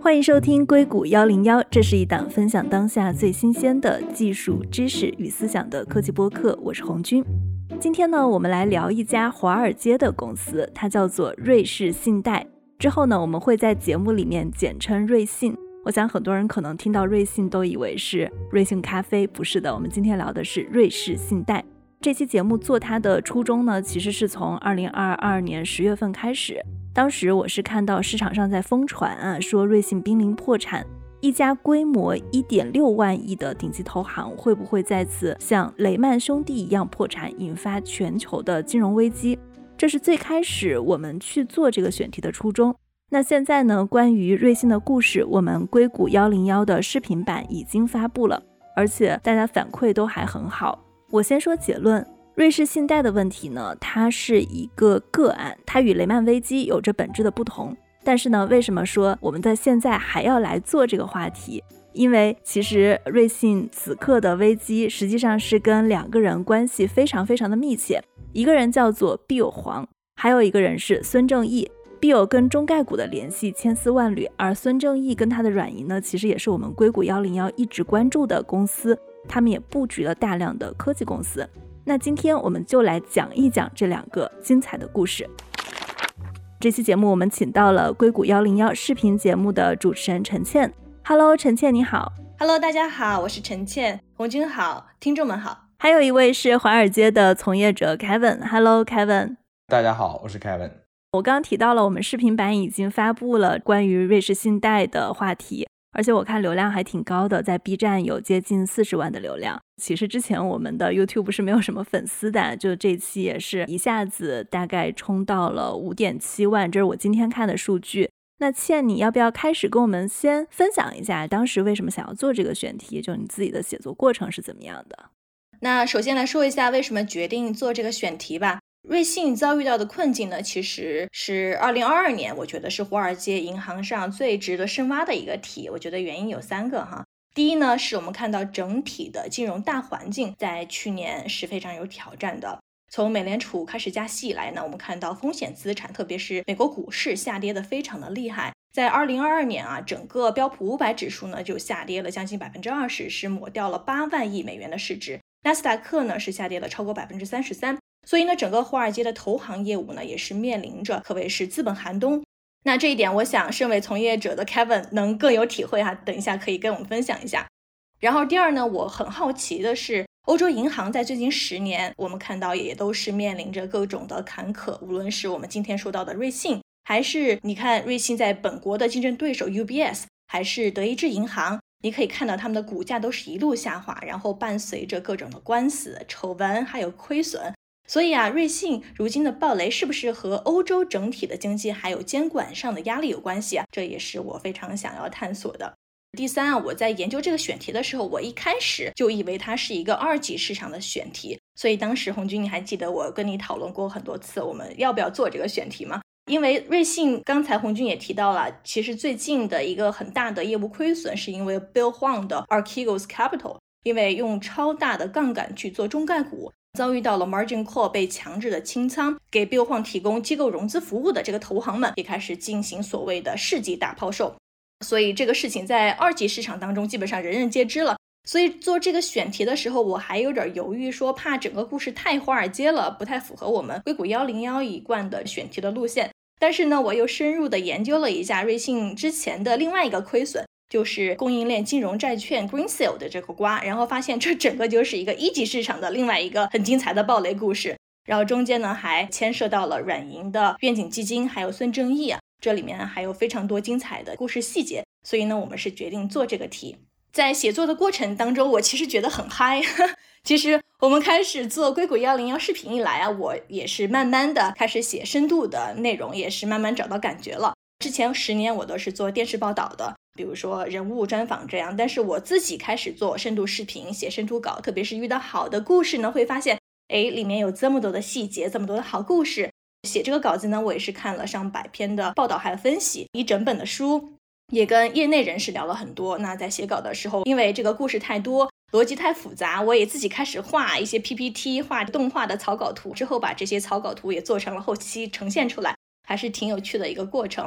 欢迎收听硅谷101，这是一档分享当下最新鲜的技术知识与思想的科技播客，我是红军。今天呢，我们来聊一家华尔街的公司，它叫做瑞士信贷。之后呢，我们会在节目里面简称瑞信。我想很多人可能听到瑞信都以为是瑞幸咖啡，不是的，我们今天聊的是瑞士信贷。这期节目做它的初衷呢，其实是从2022年10月份开始。当时我是看到市场上在疯传说瑞信濒临破产，一家规模1.6万亿的顶级投行会不会再次像雷曼兄弟一样破产，引发全球的金融危机？这是最开始我们去做这个选题的初衷。那现在呢，关于瑞信的故事，我们硅谷101的视频版已经发布了，而且大家反馈都还很好。我先说结论，瑞士信贷的问题呢，它是一个个案，它与雷曼危机有着本质的不同。但是呢，为什么说我们在现在还要来做这个话题？因为其实瑞信此刻的危机实际上是跟两个人关系非常非常的密切，一个人叫做 Bill 黄，还有一个人是孙正义。Bill 跟中概股的联系千丝万缕，而孙正义跟他的软银呢，其实也是我们硅谷101一直关注的公司，他们也布局了大量的科技公司。那今天我们就来讲一讲这两个精彩的故事。这期节目我们请到了硅谷101视频节目的主持人陈倩。 Hello 陈倩你好。 Hello 大家好，我是陈倩。红军好，听众们好。 还有一位是华尔街的从业者 Kevin。 Hello Kevin。 大家好，我是 Kevin。 我刚刚提到了我们视频版已经发布了关于瑞士信贷的话题，而且我看流量还挺高的，在 B 站有接近40万的流量。其实之前我们的 YouTube 是没有什么粉丝的，就这期也是一下子大概冲到了 5.7 万，这是我今天看的数据。那倩，你要不要开始跟我们先分享一下当时为什么想要做这个选题，就你自己的写作过程是怎么样的？ 那首先来说一下为什么决定做这个选题吧。瑞信遭遇到的困境呢，其实是2022年，我觉得是华尔街银行上最值得深挖的一个题。我觉得原因有3个哈。第一呢，是我们看到整体的金融大环境在去年是非常有挑战的。从美联储开始加息以来呢，我们看到风险资产，特别是美国股市下跌的非常的厉害。在2022年整个标普500指数呢就下跌了将近 20%， 是抹掉了8万亿美元的市值。纳斯达克呢是下跌了超过 33%。所以呢，整个华尔街的投行业务呢也是面临着可谓是资本寒冬。那这一点我想身为从业者的 Kevin 能更有体会哈，等一下可以跟我们分享一下。然后第二呢，我很好奇的是欧洲银行在最近10年我们看到也都是面临着各种的坎坷，无论是我们今天说到的瑞信，还是你看瑞信在本国的竞争对手 UBS， 还是德意志银行，你可以看到他们的股价都是一路下滑，然后伴随着各种的官司丑闻还有亏损。所以瑞信如今的暴雷是不是和欧洲整体的经济还有监管上的压力有关系这也是我非常想要探索的。第三我在研究这个选题的时候，我一开始就以为它是一个2级市场的选题，所以当时红军你还记得我跟你讨论过很多次我们要不要做这个选题吗？因为瑞信刚才红军也提到了，其实最近的一个很大的业务亏损是因为 Bill Hwang 的 Archegos Capital， 因为用超大的杠杆去做中概股，遭遇到了 margin call 被强制的清仓，给 Bill Hwang 提供机构融资服务的这个投行们也开始进行所谓的世纪大抛售。所以这个事情在2级市场当中基本上人人皆知了。所以做这个选题的时候，我还有点犹豫，说怕整个故事太华尔街了，不太符合我们硅谷101一贯的选题的路线。但是呢，我又深入的研究了一下瑞信之前的另外一个亏损，就是供应链金融债券 Greensill 的这个瓜，然后发现这整个就是一个1级市场的另外一个很精彩的暴雷故事。然后中间呢还牵涉到了软银的愿景基金还有孙正义这里面还有非常多精彩的故事细节。所以呢，我们是决定做这个题。在写作的过程当中，我其实觉得很嗨其实我们开始做硅谷101视频以来我也是慢慢的开始写深度的内容，也是慢慢找到感觉了。之前10年我都是做电视报道的，比如说人物专访这样，但是我自己开始做深度视频，写深度稿，特别是遇到好的故事呢，会发现里面有这么多的细节，这么多的好故事。写这个稿子呢，我也是看了上百篇的报道还有分析，一整本的书，也跟业内人士聊了很多。那在写稿的时候，因为这个故事太多，逻辑太复杂，我也自己开始画一些 PPT， 画动画的草稿图，之后把这些草稿图也做成了后期呈现出来，还是挺有趣的一个过程。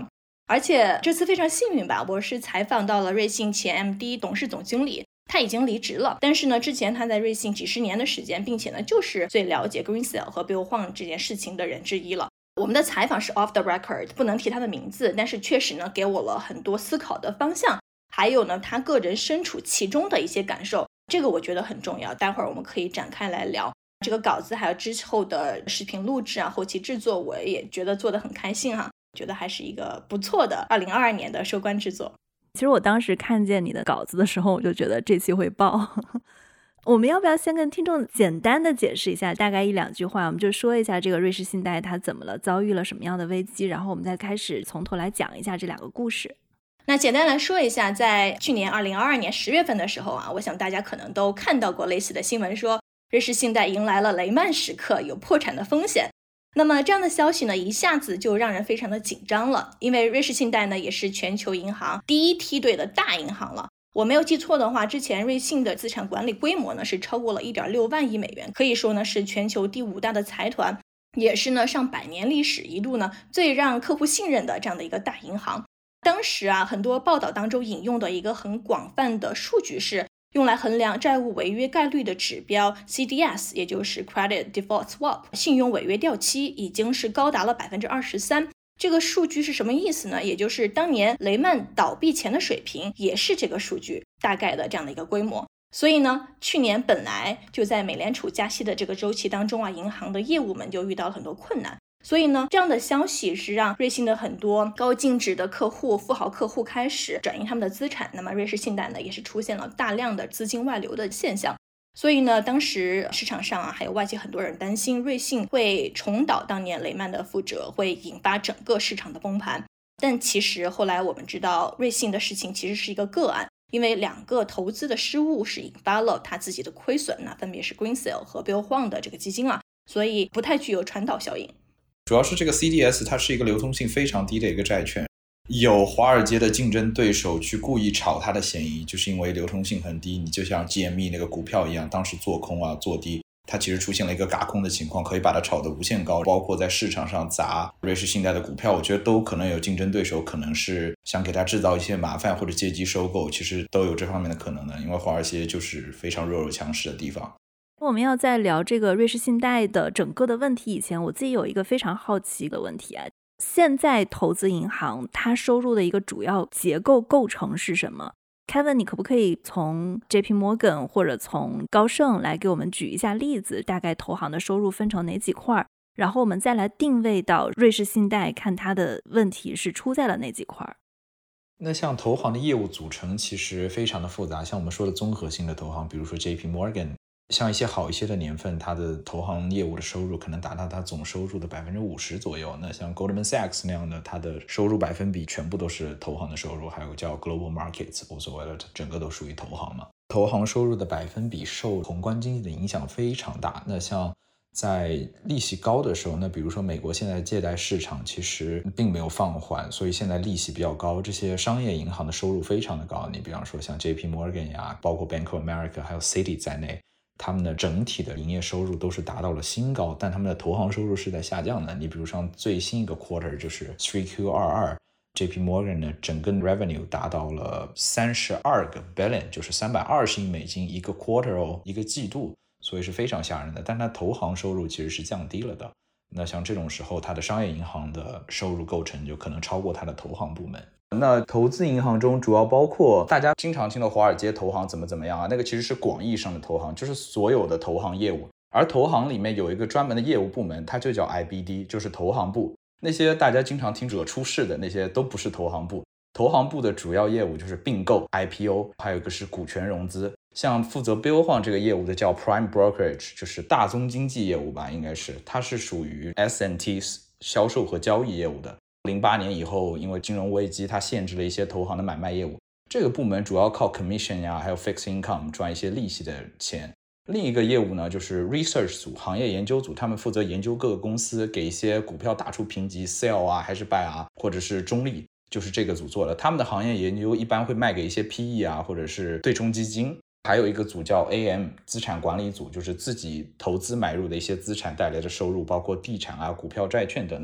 而且这次非常幸运吧，我是采访到了瑞幸前 MD 董事总经理，他已经离职了，但是呢，之前他在瑞幸几十年的时间，并且呢，就是最了解 Greensill 和 Bill Huang 这件事情的人之一了。我们的采访是 off the record， 不能提他的名字，但是确实呢，给我了很多思考的方向，还有呢，他个人身处其中的一些感受，这个我觉得很重要，待会儿我们可以展开来聊。这个稿子还有之后的视频录制啊，后期制作，我也觉得做得很开心哈，觉得还是一个不错的2022年的收官制作。 其实我当时看见你的稿子的时候，我就觉得这期会爆。我们要不要先跟听众简单的解释一下，大概一两句话，我们就说一下这个瑞士信贷它怎么了，遭遇了什么样的危机，然后我们再开始从头来讲一下这两个故事。 那简单来说一下，在去年2022年10月份的时候啊，我想大家可能都看到过类似的新闻，说瑞士信贷迎来了雷曼时刻，有破产的风险。那么这样的消息呢，一下子就让人非常的紧张了，因为瑞士信贷呢也是全球银行第一梯队的大银行了。我没有记错的话，之前瑞信的资产管理规模呢是超过了 1.6 万亿美元，可以说呢是全球第5大的财团，也是呢上百年历史一度呢最让客户信任的这样的一个大银行。当时啊，很多报道当中引用的一个很广泛的数据是用来衡量债务违约概率的指标 CDS， 也就是 Credit Default Swap， 信用违约掉期已经是高达了 23%。这个数据是什么意思呢？也就是当年雷曼倒闭前的水平，也是这个数据大概的这样的一个规模。所以呢，去年本来就在美联储加息的这个周期当中啊，银行的业务们就遇到了很多困难。所以呢，这样的消息是让瑞信的很多高净值的客户、富豪客户开始转移他们的资产。那么瑞士信贷呢，也是出现了大量的资金外流的现象。所以呢，当时市场上啊，还有外界很多人担心瑞信会重蹈当年雷曼的覆辙，会引发整个市场的崩盘。但其实后来我们知道，瑞信的事情其实是一个个案，因为2个投资的失误是引发了他自己的亏损，那分别是 Greensill 和 Bill Huang 的这个基金啊，所以不太具有传导效应。 主要是这个 CDS 它是一个流通性非常低的一个债券，有华尔街的竞争对手去故意炒它的嫌疑，就是因为流通性很低。你就像 GME 那个股票一样，当时做空啊做低，它其实出现了一个轧空的情况，可以把它炒得无限高，包括在市场上砸瑞士信贷的股票，我觉得都可能有竞争对手，可能是想给它制造一些麻烦或者借机收购，其实都有这方面的可能的，因为华尔街就是非常弱肉强势的地方。 我们要在聊这个瑞士信贷的整个的问题以前，我自己有一个非常好奇的问题啊，现在投资银行它收入的一个主要结构构成是什么？ Kevin， 你可不可以从 JP Morgan 或者从高盛来给我们举一下例子，大概投行的收入分成哪几块，然后我们再来定位到瑞士信贷，看它的问题是出在了哪几块。 那像投行的业务组成其实非常的复杂，像我们说的综合性的投行，比如说 JP Morgan，像一些好一些的年份，它的投行业务的收入可能达到它总收入的 50% 左右。那像 Goldman Sachs 那样的，它的收入百分比全部都是投行的收入，还有叫 Global Markets， 无所谓的，整个都属于投行嘛。投行收入的百分比受宏观经济的影响非常大。那像在利息高的时候，那比如说美国现在借贷市场其实并没有放缓，所以现在利息比较高，这些商业银行的收入非常的高。你比方说像 JP Morgan 呀，包括 Bank of America 还有 Citi 在内，他们的整体的营业收入都是达到了新高，但他们的投行收入是在下降的。你比如像最新一个 quarter 就是 3Q22， JP Morgan 的整个 revenue 达到了32个 billion， 就是320亿美金一个 quarter 哦，一个季度，所以是非常吓人的。但它投行收入其实是降低了的。那像这种时候，它的商业银行的收入构成就可能超过它的投行部门。那投资银行中主要包括大家经常听到华尔街投行怎么样啊，那个其实是广义上的投行，就是所有的投行业务。而投行里面有一个专门的业务部门，它就叫 IBD， 就是投行部。那些大家经常听惹出事的那些都不是投行部，投行部的主要业务就是并购 IPO， 还有一个是股权融资。像负责 Bill Huang 这个业务的叫 Prime Brokerage， 就是大宗经纪业务吧，应该是，它是属于 S&T 销售和交易业务的。08年以后，因为金融危机，它限制了一些投行的买卖业务。这个部门主要靠 commission 呀，还有 fixed income 赚一些利息的钱。另一个业务呢，就是 research 组，行业研究组，他们负责研究各个公司，给一些股票打出评级 sell 啊，还是 buy 啊，或者是中立，就是这个组做的。他们的行业研究一般会卖给一些 PE 啊，或者是对冲基金。还有一个组叫 AM 资产管理组，就是自己投资买入的一些资产带来的收入，包括地产啊、股票、债券等等。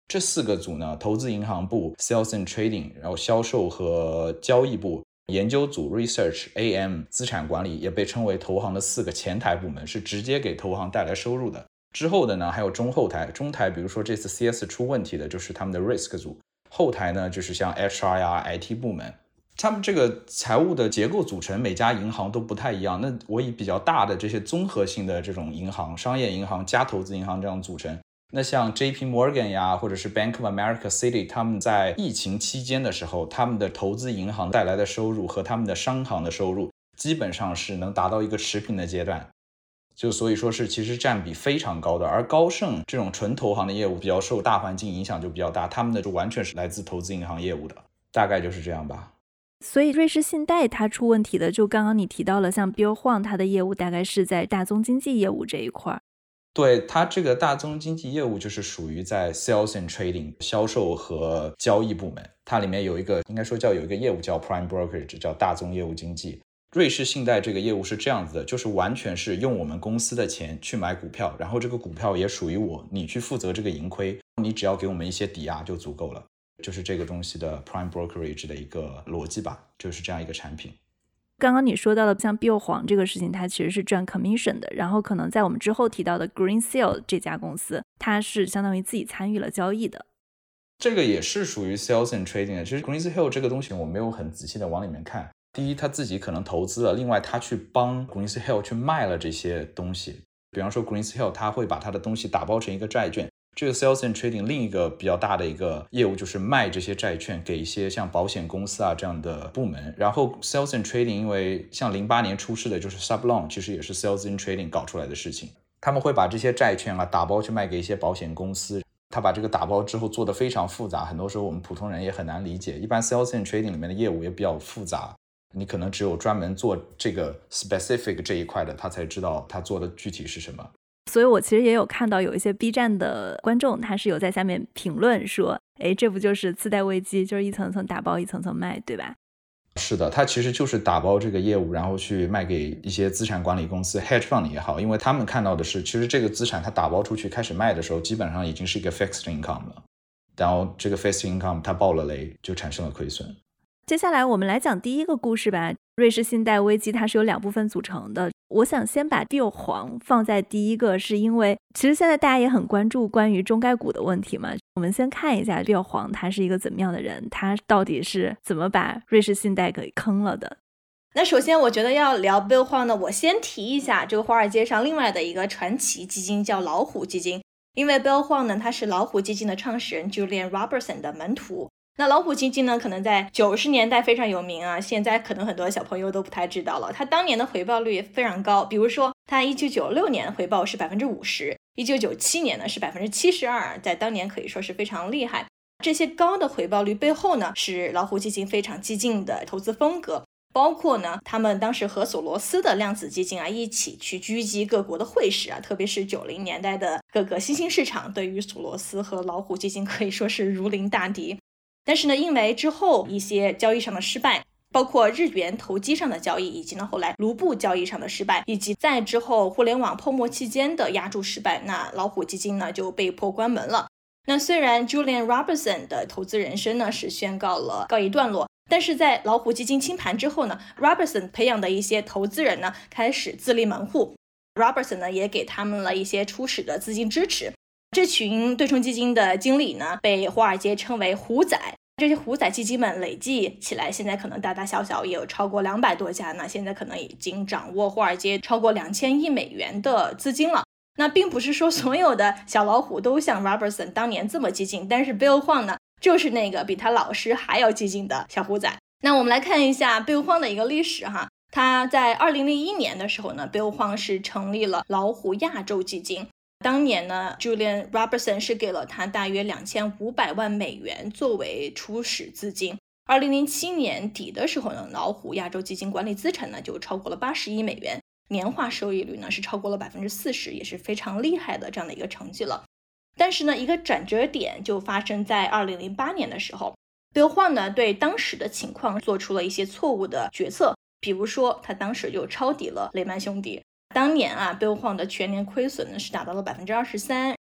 这4个组呢，投资银行部 Sales and Trading， 然后销售和交易部，研究组 Research AM， 资产管理，也被称为投行的4个前台部门，是直接给投行带来收入的。之后的呢，还有中后台，中台比如说这次 CS 出问题的就是他们的 Risk 组，后台呢就是像 HR 呀 IT 部门。他们这个财务的结构组成每家银行都不太一样，那我以比较大的这些综合性的这种银行，商业银行加投资银行这样组成。那像 JP Morgan 呀，或者是 Bank of America City， 他们在疫情期间的时候，他们的投资银行带来的收入和他们的商行的收入基本上是能达到一个持平的阶段，就所以说是其实占比非常高的。而高盛这种纯投行的业务比较受大环境影响就比较大，他们的就完全是来自投资银行业务的，大概就是这样吧。 所以瑞士信贷它出问题的，就刚刚你提到了像 Bill Huang 它的业务大概是在大宗经济业务这一块。 对，它这个大宗经济业务就是属于在 Sales and Trading 销售和交易部门，它里面有一个应该说有一个业务叫 Prime Brokerage， 叫大宗业务经济。瑞士信贷这个业务是这样子的，就是完全是用我们公司的钱去买股票，然后这个股票也属于我，你去负责这个盈亏，你只要给我们一些抵押就足够了，就是这个东西的 Prime Brokerage 的一个逻辑吧，就是这样一个产品。 刚刚你说到了像 Bill Huang 这个事情，它其实是赚 commission 的，然后可能在我们之后提到的 Greensill 这家公司，它是相当于自己参与了交易的。 这个也是属于 Sales and Trading 的。其实 Greensill 这个东西我没有很仔细的往里面看，第一他自己可能投资了，另外他去帮 Greensill 去卖了这些东西，比方说 Greensill 他会把他的东西打包成一个债券。这个 Sales and Trading 另一个比较大的一个业务就是卖这些债券给一些像保险公司啊这样的部门。然后 Sales and Trading 因为像08年出事的就是 Subloan， 其实也是 Sales and Trading 搞出来的事情。他们会把这些债券啊打包去卖给一些保险公司，他把这个打包之后做得非常复杂，很多时候我们普通人也很难理解。一般 Sales and Trading 里面的业务也比较复杂，你可能只有专门做这个 specific 这一块的，他才知道他做的具体是什么。 所以我其实也有看到有一些 B 站的观众，他是有在下面评论说，这不就是次贷危机，就是一层层打包一层层卖，对吧？ 是的，他其实就是打包这个业务，然后去卖给一些资产管理公司 hedge fund 也好，因为他们看到的是其实这个资产他打包出去开始卖的时候基本上已经是一个 fixed income 了，然后这个 fixed income 它爆了雷，就产生了亏损。 接下来我们来讲第一个故事吧。瑞士信贷危机它是由2部分组成的，我想先把 Bill Huang 放在第一个，是因为其实现在大家也很关注关于中概股的问题嘛。我们先看一下 Bill Huang 他是一个怎么样的人，他到底是怎么把瑞士信贷给坑了的。 那首先我觉得要聊 Bill Huang 呢，我先提一下这个华尔街上另外的一个传奇基金叫老虎基金，因为 Bill Huang 呢他是老虎基金的创始人 Julian Robertson 的门徒。那老虎基金呢可能在90年代非常有名啊，现在可能很多小朋友都不太知道了。他当年的回报率非常高，比如说他1996年回报是 50%， 1997年呢是 72%， 在当年可以说是非常厉害。这些高的回报率背后呢是老虎基金非常激进的投资风格，包括呢他们当时和索罗斯的量子基金啊一起去狙击各国的汇市啊，特别是90年代的各个新兴市场，对于索罗斯和老虎基金可以说是如临大敌。但是呢，因为之后一些交易上的失败，包括日元投机上的交易，以及呢后来卢布交易上的失败，以及在之后互联网泡沫期间的押注失败，那老虎基金呢就被迫关门了。那虽然 Julian Robertson 的投资人生呢是宣告一段落，但是在老虎基金清盘之后呢， Robertson 培养的一些投资人呢开始自立门户， Robertson 呢也给他们了一些初始的资金支持。这群对冲基金的经理呢被华尔街称为虎仔，这些虎仔基金们累计起来现在可能大大小小也有超过200多家，那现在可能已经掌握华尔街超过2000亿美元的资金了。那并不是说所有的小老虎都像 Robertson 当年这么激进，但是 Bill Huang 呢就是那个比他老师还要激进的小虎仔。那我们来看一下 Bill Huang 的一个历史哈。他在2001年的时候呢， Bill Huang 是成立了老虎亚洲基金。当年呢 Julian Robertson 是给了他大约2500万美元作为初始资金。2007年底的时候呢，老虎亚洲基金管理资产呢就超过了80亿美元，年化收益率呢是超过了 40%， 也是非常厉害的这样的一个成绩了。但是呢，一个转折点就发生在2008年的时候， Bill Huang 呢对当时的情况做出了一些错误的决策，比如说他当时就抄底了雷曼兄弟。当年啊 Bill Huang 的全年亏损呢是达到了 23%，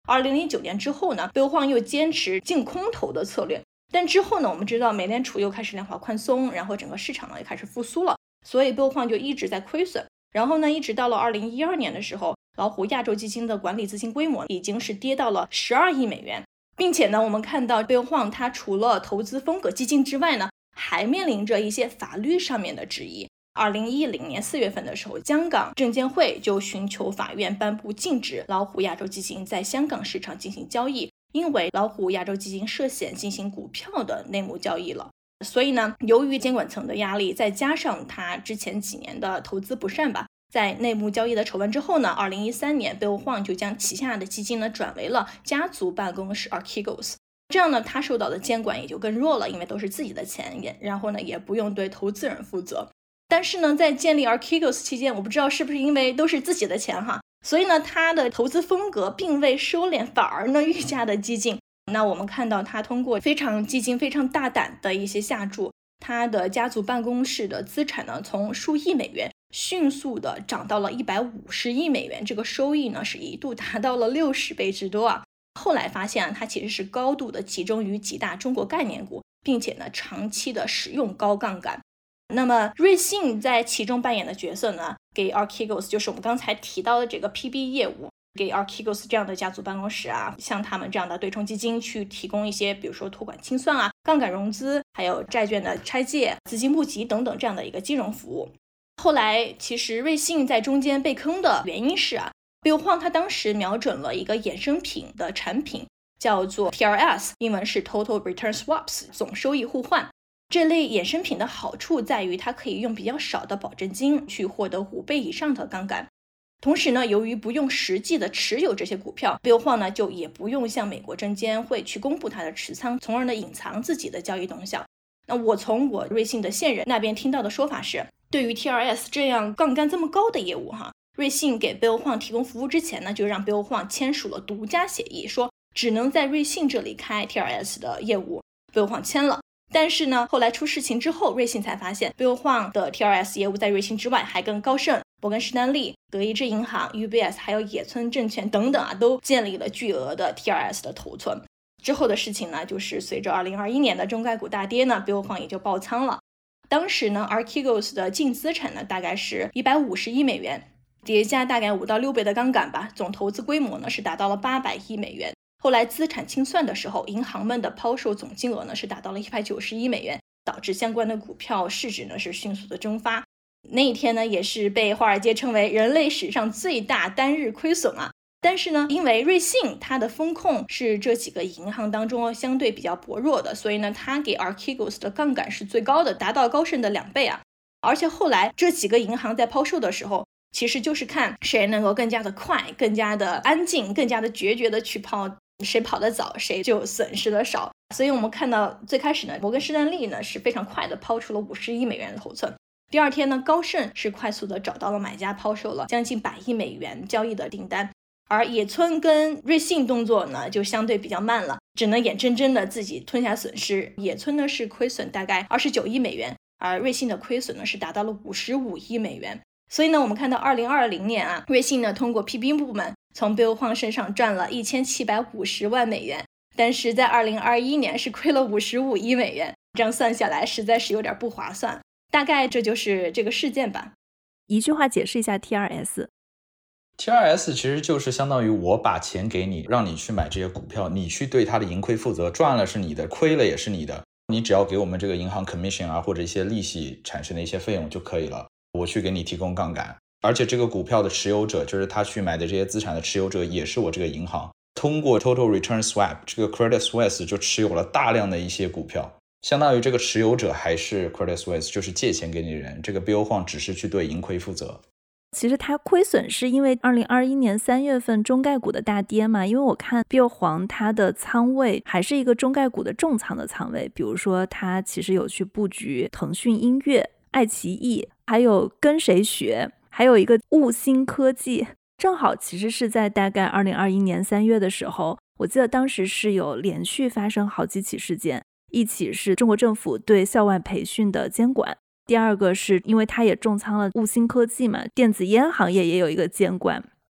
2009年之后呢，Bill Huang又坚持净空头的策略，但之后呢，我们知道美联储又开始量化宽松，然后整个市场呢也开始复苏了，所以 Bill Huang 就一直在亏损。然后呢，一直到了2012年的时候，老虎亚洲基金的管理资金规模已经是跌到了12亿美元，并且呢，我们看到 Bill Huang 他除了投资风格激进之外呢，还面临着一些法律上面的质疑。2010年4月份的时候，香港证监会就寻求法院颁布禁止老虎亚洲基金在香港市场进行交易，因为老虎亚洲基金涉嫌进行股票的内幕交易了。所以呢，由于监管层的压力，再加上他之前几年的投资不善吧，在内幕交易的丑闻之后呢，2013年 Bill Huang 就将旗下的基金呢转为了家族办公室 Archegos， 这样呢，他受到的监管也就更弱了，因为都是自己的钱，然后呢也不用对投资人负责。但是呢，在建立 Archegos 期间，我不知道是不是因为都是自己的钱哈，所以呢，他的投资风格并未收敛，反而呢愈加的激进。那我们看到他通过非常激进、非常大胆的一些下注，他的家族办公室的资产呢，从数亿美元迅速的涨到了150亿美元，这个收益呢是一度达到了60倍之多啊。后来发现它其实是高度的集中于几大中国概念股，并且呢长期的使用高杠杆。那么瑞信在其中扮演的角色呢，给 Archegos 就是我们刚才提到的这个 PB 业务，给 Archegos 这样的家族办公室啊，像他们这样的对冲基金去提供一些比如说托管清算啊、杠杆融资，还有债券的拆借、资金募集等等这样的一个金融服务。后来其实瑞信在中间被坑的原因是啊，Bill Huang 他当时瞄准了一个衍生品的产品，叫做 TRS， 英文是 Total Return Swaps， 总收益互换。这类衍生品的好处在于它可以用比较少的保证金去获得5倍以上的杠杆，同时呢，由于不用实际的持有这些股票， Bill Huang 呢就也不用向美国证监会去公布他的持仓，从而呢隐藏自己的交易动向。那我从我瑞信的线人那边听到的说法是，对于 TRS 这样杠杆这么高的业务瑞信给 Bill Huang 提供服务之前呢，就让 Bill Huang 签署了独家协议，说只能在瑞信这里开 TRS 的业务。 Bill Huang 签了，但是呢，后来出事情之后，瑞信才发现 Bill Huang 的 TRS 业务在瑞信之外还跟高盛、摩根士丹利、德意志银行、UBS 还有野村证券等等都建立了巨额的 TRS 的头存。之后的事情呢，就是随着2021年的中概股大跌呢， Bill Huang 也就爆仓了。当时呢 Archegos 的净资产呢大概是150亿美元，叠加大概5到6倍的杠杆吧，总投资规模呢是达到了800亿美元。后来资产清算的时候，银行们的抛售总金额呢是达到了190亿美元，导致相关的股票市值呢是迅速的蒸发。那一天呢，也是被华尔街称为人类史上最大单日亏损啊。但是呢，因为瑞信它的风控是这几个银行当中相对比较薄弱的，所以呢，它给 Archegos 的杠杆是最高的，达到高盛的2倍啊。而且后来这几个银行在抛售的时候，其实就是看谁能够更加的快、更加的安静、更加的决绝的去抛，谁跑得早，谁就损失的少。所以我们看到最开始呢，摩根士丹利呢是非常快的抛出了50亿美元的头寸。第二天呢，高盛是快速的找到了买家，抛售了将近100亿美元交易的订单。而野村跟瑞信动作呢就相对比较慢了，只能眼睁睁的自己吞下损失。野村呢是亏损大概29亿美元，而瑞信的亏损呢是达到了55亿美元。所以呢，我们看到2020年啊，瑞信呢通过 PB 部门从 Bill Huang 身上赚了1750万美元，但是在2021年是亏了55亿美元，这样算下来实在是有点不划算。大概这就是这个事件吧。 一句话解释一下 TRS。TRS 其实就是相当于我把钱给你，让你去买这些股票，你去对它的盈亏负责，赚了是你的，亏了也是你的，你只要给我们这个银行 commission 啊，或者一些利息产生的一些费用就可以了，我去给你提供杠杆。而且这个股票的持有者，就是他去买的这些资产的持有者，也是我这个银行。通过 Total Return Swap， 这个 Credit Suisse 就持有了大量的一些股票，相当于这个持有者还是 Credit Suisse， 就是借钱给你的人，这个 Bill Huang 只是去对盈亏负责。 其实他亏损是因为2021年3月份中概股的大跌嘛，因为我看 Bill Huang 他的仓位还是一个中概股的重仓的仓位，比如说他其实有去布局腾讯音乐、爱奇艺，还有跟谁学，还有一个悟星科技。正好其实是在大概2021年3月的时候，我记得当时是有连续发生好几起事件，一起是中国政府对校外培训的监管，第二个是因为他也重仓了悟星科技嘛，电子烟行业也有一个监管。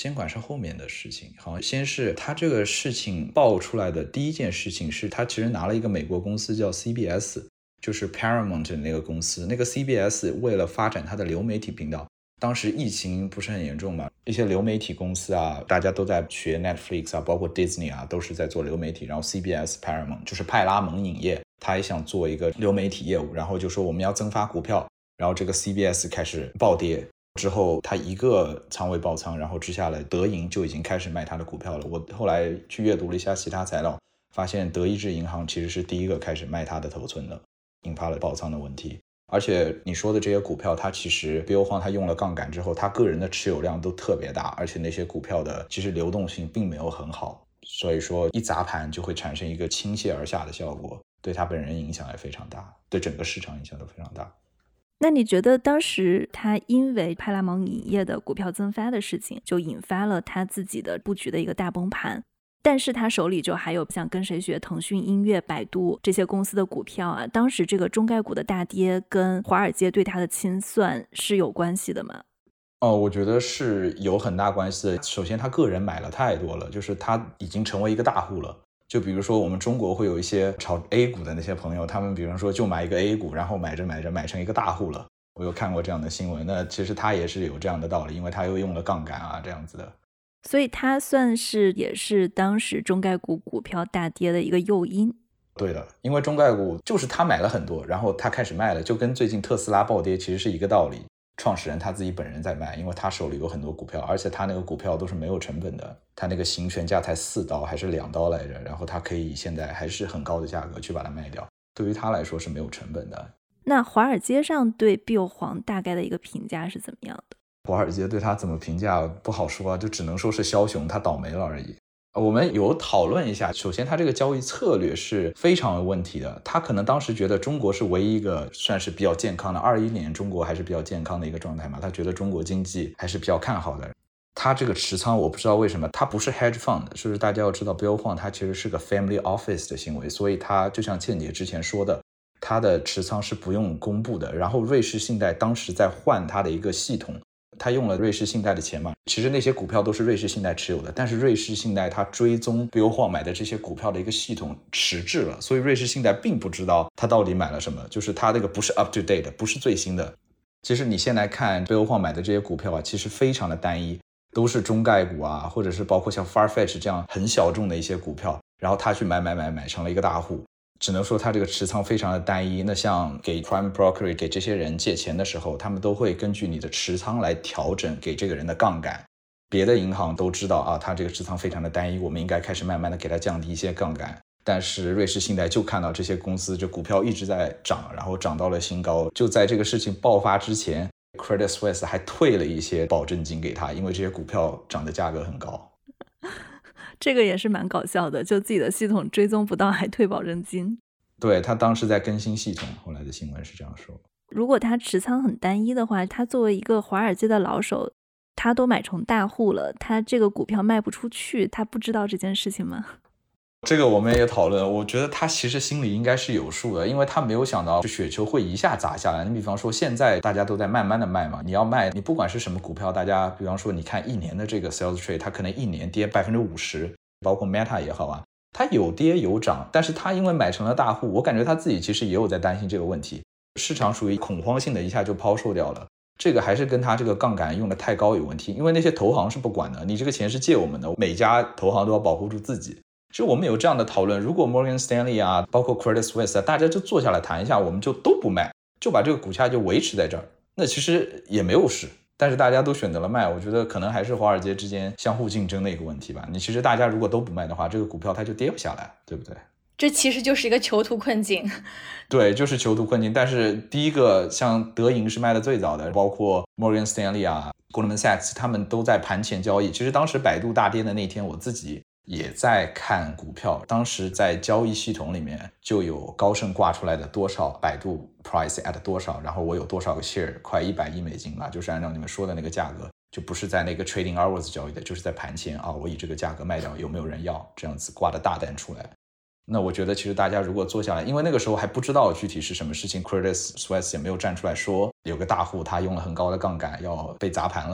监管是后面的事情，好像先是他这个事情爆出来的第一件事情是他其实拿了一个美国公司叫 CBS， 就是 Paramount 的那个公司，那个 CBS 为了发展它的流媒体频道，当时疫情不是很严重嘛，一些流媒体公司啊，大家都在学 Netflix 啊，包括 Disney 啊，都是在做流媒体，然后 CBS Paramount 就是派拉蒙影业，他也想做一个流媒体业务，然后就说我们要增发股票，然后这个 CBS 开始暴跌，之后他一个仓位爆仓，然后之下来德银就已经开始卖他的股票了。我后来去阅读了一下其他材料，发现德意志银行其实是第一个开始卖他的头寸的，引发了爆仓的问题。而且你说的这些股票，它其实 Bill Hwang 他用了杠杆之后，他个人的持有量都特别大，而且那些股票的其实流动性并没有很好，所以说一砸盘就会产生一个倾泻而下的效果，对他本人影响也非常大，对整个市场影响都非常大。 那你觉得当时他因为派拉蒙影业的股票增发的事情，就引发了他自己的布局的一个大崩盘，但是他手里就还有像跟谁学、腾讯音乐、百度这些公司的股票啊，当时这个中概股的大跌跟华尔街对他的清算是有关系的吗？ 我觉得是有很大关系的。首先他个人买了太多了，就是他已经成为一个大户了。就比如说我们中国会有一些炒 A 股的那些朋友，他们比如说就买一个 A 股，然后买着买着买成一个大户了，我有看过这样的新闻。那其实他也是有这样的道理，因为他又用了杠杆啊这样子的。 所以他算是也是当时中概股股票大跌的一个诱因。 对的，因为中概股就是他买了很多，然后他开始卖了，就跟最近特斯拉暴跌其实是一个道理。创始人他自己本人在卖，因为他手里有很多股票，而且他那个股票都是没有成本的，他那个行权价才$4还是$2来着，然后他可以现在还是很高的价格去把它卖掉，对于他来说是没有成本的。 那华尔街上对 Bill Hwang大概的一个评价是怎么样的？ 华尔街对他怎么评价不好说啊，就只能说是枭雄他倒霉了而已。我们有讨论一下，首先他这个交易策略是非常有问题的，他可能当时觉得中国是唯一一个算是比较健康的，21年中国还是比较健康的一个状态嘛，他觉得中国经济还是比较看好的。他这个持仓我不知道为什么，他不是 hedge fund， 就是大家要知道 Bill Hwang 他其实是个 family office 的行为，所以他就像倩姐之前说的，他的持仓是不用公布的。然后瑞士信贷当时在换他的一个系统，他用了瑞士信贷的钱嘛，其实那些股票都是瑞士信贷持有的，但是瑞士信贷他追踪 Bill Hwang 买的这些股票的一个系统迟滞了，所以瑞士信贷并不知道他到底买了什么，就是他那个不是 up to date， 不是最新的。其实你现在看 Bill Hwang 买的这些股票啊，其实非常的单一，都是中概股啊，或者是包括像 Farfetch 这样很小众的一些股票，然后他去买成了一个大户。只能说他这个持仓非常的单一。那像给 Prime Brokerage 给这些人借钱的时候，他们都会根据你的持仓来调整给这个人的杠杆。别的银行都知道啊，他这个持仓非常的单一，我们应该开始慢慢的给他降低一些杠杆。但是瑞士信贷就看到这些公司就股票一直在涨，然后涨到了新高，就在这个事情爆发之前 Credit Suisse 还退了一些保证金给他，因为这些股票涨的价格很高。 这个也是蛮搞笑的，就自己的系统追踪不到还退保证金。 对，他当时在更新系统，后来的新闻是这样说。 如果他持仓很单一的话，他作为一个华尔街的老手，他都买成大户了，他这个股票卖不出去，他不知道这件事情吗？ 这个我们也讨论，我觉得他其实心里应该是有数的，因为他没有想到雪球会一下砸下来。你比方说现在大家都在慢慢的卖嘛，你要卖，你不管是什么股票，大家比方说你看一年的这个 sales trade， 它可能一年跌 50%， 包括 Meta 也好啊，它有跌有涨，但是他因为买成了大户，我感觉他自己其实也有在担心这个问题，市场属于恐慌性的一下就抛售掉了。这个还是跟他这个杠杆用的太高有问题，因为那些投行是不管的，你这个钱是借我们的，每家投行都要保护住自己。其实我们有这样的讨论，如果 Morgan Stanley 啊，包括 Credit Suisse 啊，大家就坐下来谈一下，我们就都不卖，就把这个股价就维持在这儿，那其实也没有事。但是大家都选择了卖，我觉得可能还是华尔街之间相互竞争的一个问题吧。你其实大家如果都不卖的话，这个股票它就跌不下来，对不对？ 这其实就是一个囚徒困境。 对，就是囚徒困境。但是第一个像德银是卖的最早的，包括 Morgan Stanley 啊 Goldman Sachs 他们都在盘前交易。其实当时百度大跌的那天，我自己也在看股票，当时在交易系统里面就有高盛挂出来的多少，百度 price at 多少，然后我有多少个 share， 快100亿美金吧，就是按照你们说的那个价格，就不是在那个 trading hours 交易的，就是在盘前啊，我以这个价格卖掉，有没有人要，这样子挂的大单出来。那我觉得其实大家如果坐下来，因为那个时候还不知道具体是什么事情， Credit Suisse 也没有站出来说有个大户他用了很高的杠杆要被砸盘了，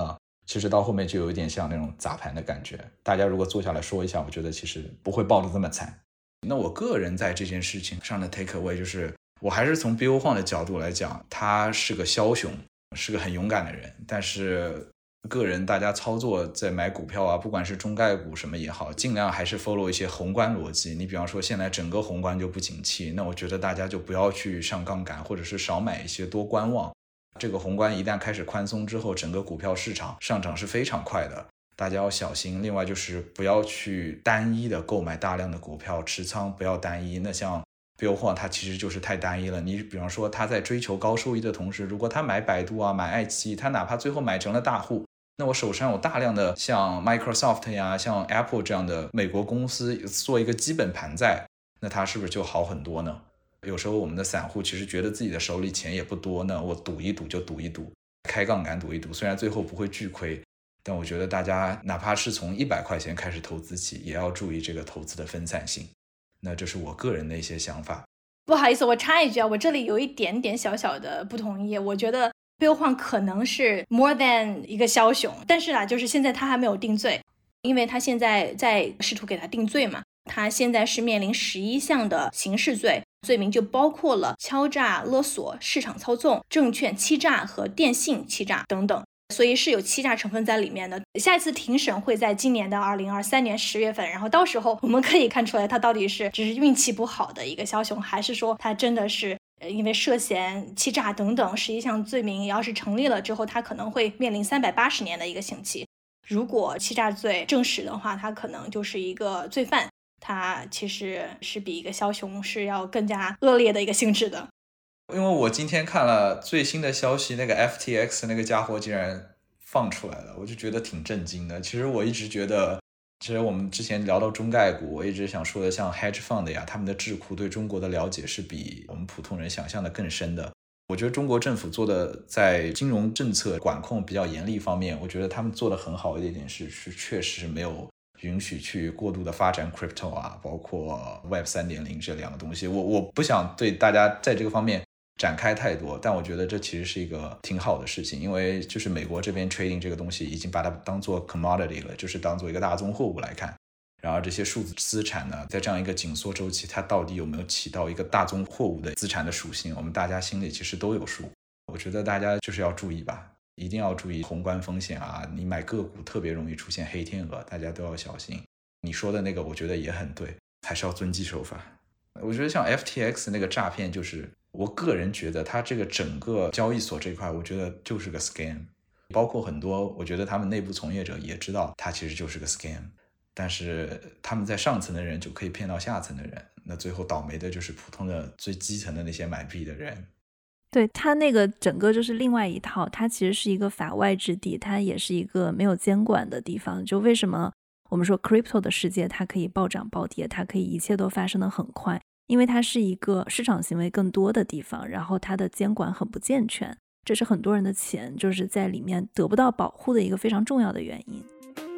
其实到后面就有一点像那种砸盘的感觉。大家如果坐下来说一下，我觉得其实不会爆得这么惨。那我个人在这件事情上的 take away 就是，我还是从 Bill Huang 的角度来讲，他是个枭雄，是个很勇敢的人，但是个人大家操作在买股票啊，不管是中概股什么也好，尽量还是 follow 一些宏观逻辑。你比方说现在整个宏观就不景气，那我觉得大家就不要去上杠杆，或者是少买一些，多观望。这个宏观一旦开始宽松之后，整个股票市场上涨是非常快的，大家要小心。另外就是不要去单一的购买大量的股票，持仓不要单一。那像Bill Huang 他其实就是太单一了，你比方说他在追求高收益的同时，如果他买百度啊，买爱奇艺，他哪怕最后买成了大户，那我手上有大量的像 Microsoft 呀，像 Apple 这样的美国公司做一个基本盘在，那它是不是就好很多呢？有时候我们的散户其实觉得自己的手里钱也不多呢，我赌一赌就赌一赌，开杠杆赌一赌，虽然最后不会巨亏，但我觉得大家哪怕是从100块钱开始投资起，也要注意这个投资的分散性。那这是我个人的一些想法。 不好意思，我插一句啊，我这里有一点点小小的不同意。我觉得Bill Huang可能是 more than 一个枭雄，但是就是现在他还没有定罪，因为他现在在试图给他定罪嘛。他现在是面临11项的刑事罪，罪名就包括了敲诈勒索、市场操纵、证券欺诈和电信欺诈等等，所以是有欺诈成分在里面的。下一次庭审会在今年的2023年10月份，然后到时候我们可以看出来他到底是只是运气不好的一个枭雄，还是说他真的是因为涉嫌欺诈等等11项罪名要是成立了之后，他可能会面临380年的一个刑期。如果欺诈罪证实的话，他可能就是一个罪犯，他其实是比一个枭雄是要更加恶劣的一个性质的。 因为我今天看了最新的消息，那个 FTX 那个家伙竟然放出来了，我就觉得挺震惊的。其实我一直觉得，其实我们之前聊到中概股，我一直想说的，像 hedge fund 呀，他们的智库对中国的了解是比我们普通人想象的更深的。我觉得中国政府做的在金融政策管控比较严厉方面，我觉得他们做的很好的一点是确实没有允许去过度的发展 crypto 啊，包括 Web 3.0 这两个东西。我不想对大家在这个方面展开太多，但我觉得这其实是一个挺好的事情，因为就是美国这边 trading 这个东西已经把它当做 commodity 了，就是当做一个大宗货物来看。然后这些数字资产呢，在这样一个紧缩周期，它到底有没有起到一个大宗货物的资产的属性，我们大家心里其实都有数。我觉得大家就是要注意吧，一定要注意宏观风险啊，你买个股特别容易出现黑天鹅，大家都要小心。你说的那个我觉得也很对，还是要遵纪守法。我觉得像 FTX 那个诈骗，就是我个人觉得它这个整个交易所这块，我觉得就是个 scam， 包括很多我觉得他们内部从业者也知道它其实就是个 scam， 但是他们在上层的人就可以骗到下层的人，那最后倒霉的就是普通的最基层的那些买币的人。 对，它那个整个就是另外一套，它其实是一个法外之地，它也是一个没有监管的地方。就为什么我们说 crypto 的世界它可以暴涨暴跌，它可以一切都发生得很快，因为它是一个市场行为更多的地方，然后它的监管很不健全，这是很多人的钱就是在里面得不到保护的一个非常重要的原因。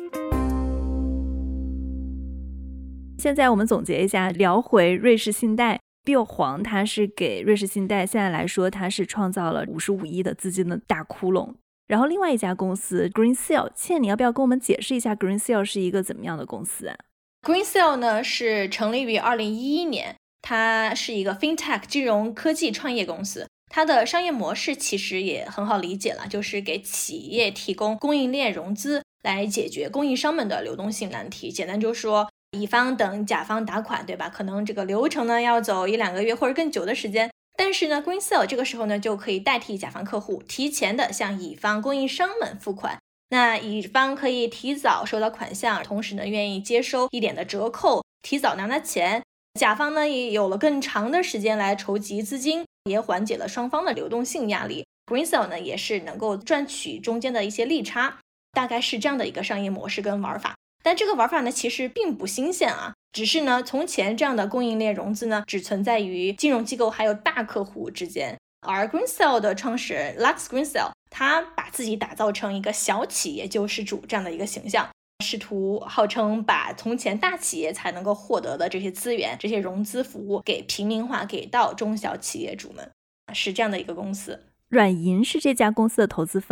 现在我们总结一下，聊回瑞士信贷，Bill Huang他是给瑞士信贷现在来说，他是创造了55亿的资金的大窟窿。然后另外一家公司 Greensill， 倩你要不要跟我们解释一下 Greensill 是一个怎么样的公司啊？ Greensill 呢是成立于2011年，它是一个 FinTech 金融科技创业公司。它的商业模式其实也很好理解了，就是给企业提供供应链融资来解决供应商们的流动性难题。简单就说，乙方等甲方打款，对吧？可能这个流程呢要走1-2个月或者更久的时间，但是呢 Greensill 这个时候呢就可以代替甲方客户提前的向乙方供应商们付款。那乙方可以提早收到款项，同时呢愿意接收一点的折扣，提早拿到钱。甲方呢也有了更长的时间来筹集资金，也缓解了双方的流动性压力。Greensill 呢也是能够赚取中间的一些利差，大概是这样的一个商业模式跟玩法。但这个玩法呢其实并不新鲜啊，只是呢从前这样的供应链融资呢只存在于金融机构还有大客户之间，而 Greensill 的创始人 Lux Greensill 他把自己打造成一个小企业救世主这样的一个形象，试图号称把从前大企业才能够获得的这些资源，这些融资服务给平民化，给到中小企业主们，是这样的一个公司。 软银是这家公司的投资方。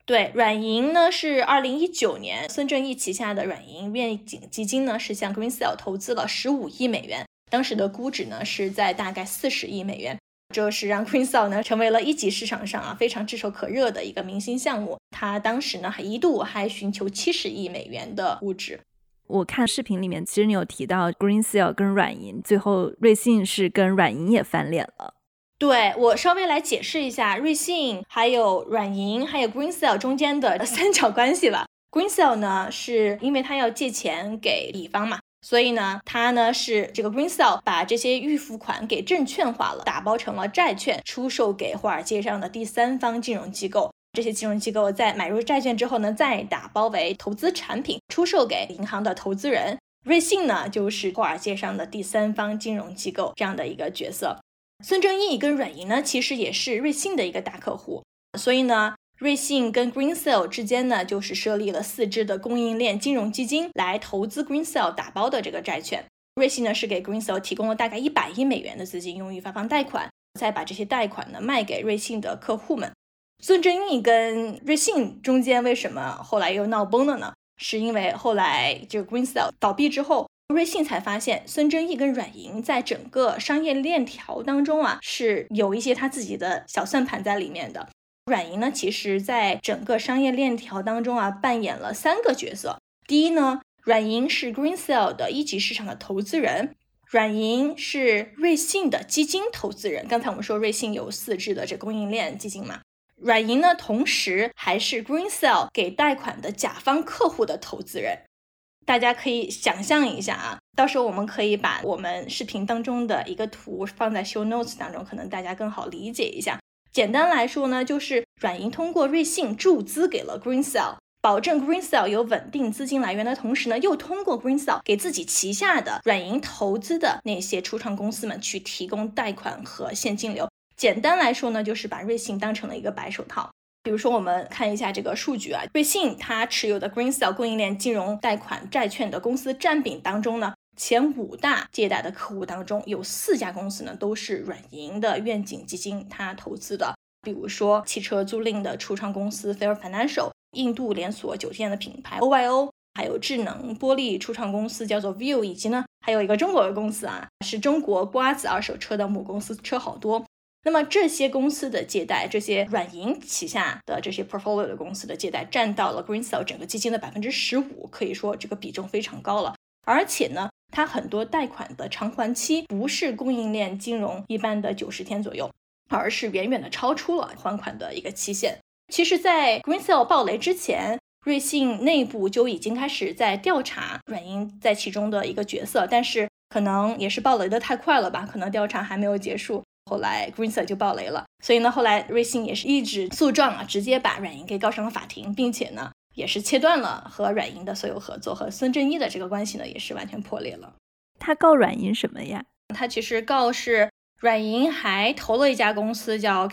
对，软银呢是2019年孙正义旗下的软银愿景基金呢是向 Greensill 投资了15亿美元，当时的估值呢是在大概40亿美元。这是让 Greensill 呢成为了一级市场上非常炙手可热的一个明星项目，它当时呢一度还寻求70亿美元的估值。 我看视频里面其实你有提到 Greensill 跟软银，最后瑞信是跟软银也翻脸了。 对，我稍微来解释一下瑞信还有软银还有 Greensill 中间的三角关系吧。Greensill 呢是因为他要借钱给乙方嘛，所以呢他呢是这个 Greensill 把这些预付款给证券化了，打包成了债券，出售给华尔街上的第三方金融机构。这些金融机构在买入债券之后呢，再打包为投资产品，出售给银行的投资人。瑞信呢就是华尔街上的第三方金融机构这样的一个角色。孙正义跟软银呢其实也是瑞信的一个大客户，所以呢瑞信跟 Greensill 之间呢就是设立了4支的供应链金融基金来投资 Greensill 打包的这个债券。瑞信呢是给 Greensill 提供了大概100亿美元的资金，用于发放贷款，再把这些贷款呢卖给瑞信的客户们。孙正义跟瑞信中间为什么后来又闹崩了呢？是因为后来这个 Greensill 倒闭之后，瑞信才发现孙正义跟软银在整个商业链条当中是有一些他自己的小算盘在里面的。软银呢其实在整个商业链条当中扮演了3个角色。第一呢，软银是 Greensill 的一级市场的投资人，软银是瑞信的基金投资人。刚才我们说瑞信有4支的这供应链基金嘛，软银呢同时还是 Greensill 给贷款的甲方客户的投资人。大家可以想象一下到时候我们可以把我们视频当中的一个图放在 show notes 当中，可能大家更好理解一下。简单来说呢，就是软银通过瑞信注资给了 Greensill， 保证 Greensill 有稳定资金来源的同时呢，又通过 Greensill 给自己旗下的软银投资的那些初创公司们去提供贷款和现金流。简单来说呢，就是把瑞信当成了一个白手套。比如说我们看一下这个数据瑞信它持有的 Greensill 供应链金融贷款债券的公司占比当中呢，前5大借贷的客户当中有4家公司呢都是软银的愿景基金它投资的。比如说汽车租赁的初创公司 Fair Financial， 印度连锁酒店的品牌 OYO， 还有智能玻璃初创公司叫做 View， 以及呢还有一个中国的公司是中国瓜子二手车的母公司车好多。那么这些公司的借贷，这些软银旗下的这些 portfolio 的公司的借贷占到了 Greensill 整个基金的 15%， 可以说这个比重非常高了。而且呢它很多贷款的偿还期不是供应链金融一般的90天左右，而是远远的超出了还款的一个期限。其实在 Greensill 爆雷之前，瑞信内部就已经开始在调查软银在其中的一个角色，但是可能也是爆雷的太快了吧，可能调查还没有结束，后来 Greensill 就爆雷了。所以呢后来瑞信也是一纸诉状直接把软银给告上了法庭，并且呢也是切断了和软银的所有合作，和孙正义的这个关系呢也是完全破裂了。 他告软银什么呀？ 他其实告是软银还投了一家公司叫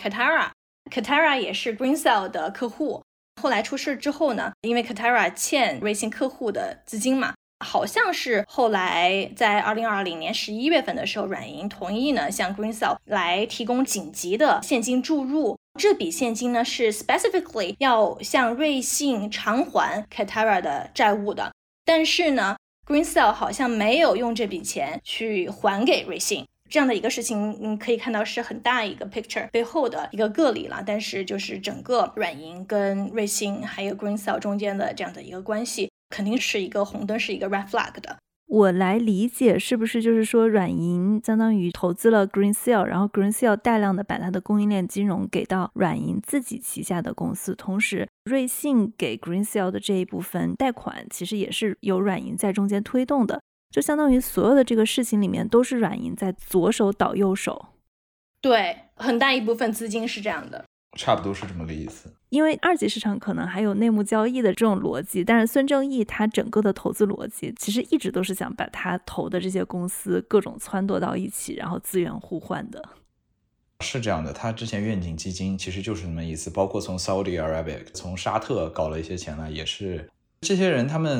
Katara 也是 Greensill 的客户。后来出事之后呢，因为 Katara 欠瑞信客户的资金嘛，好像是后来在2020年11月份的时候，软银同意呢向 Greensill 来提供紧急的现金注入。这笔现金呢是 specifically 要向瑞信偿还 Katara 的债务的，但是呢 Greensill 好像没有用这笔钱去还给瑞信。这样的一个事情可以看到是很大一个 picture 背后的一个个例了，但是就是整个软银跟瑞信还有 Greensill 中间的这样的一个关系肯定是一个红灯，是一个 red flag 的。 我来理解是不是就是说软银相当于投资了 Greensill， 然后 Greensill 大量的把它的供应链金融给到软银自己旗下的公司，同时瑞信给 Greensill 的这一部分贷款其实也是由软银在中间推动的，就相当于所有的这个事情里面都是软银在左手倒右手。 对，很大一部分资金是这样的， 差不多是这么个意思。 因为二级市场可能还有内幕交易的这种逻辑，但是孙正义他整个的投资逻辑其实一直都是想把他投的这些公司各种撺掇到一起，然后资源互换的。 是这样的，他之前愿景基金其实就是这么意思，包括从 Saudi Arabia 从沙特搞了一些钱来，也是这些人他们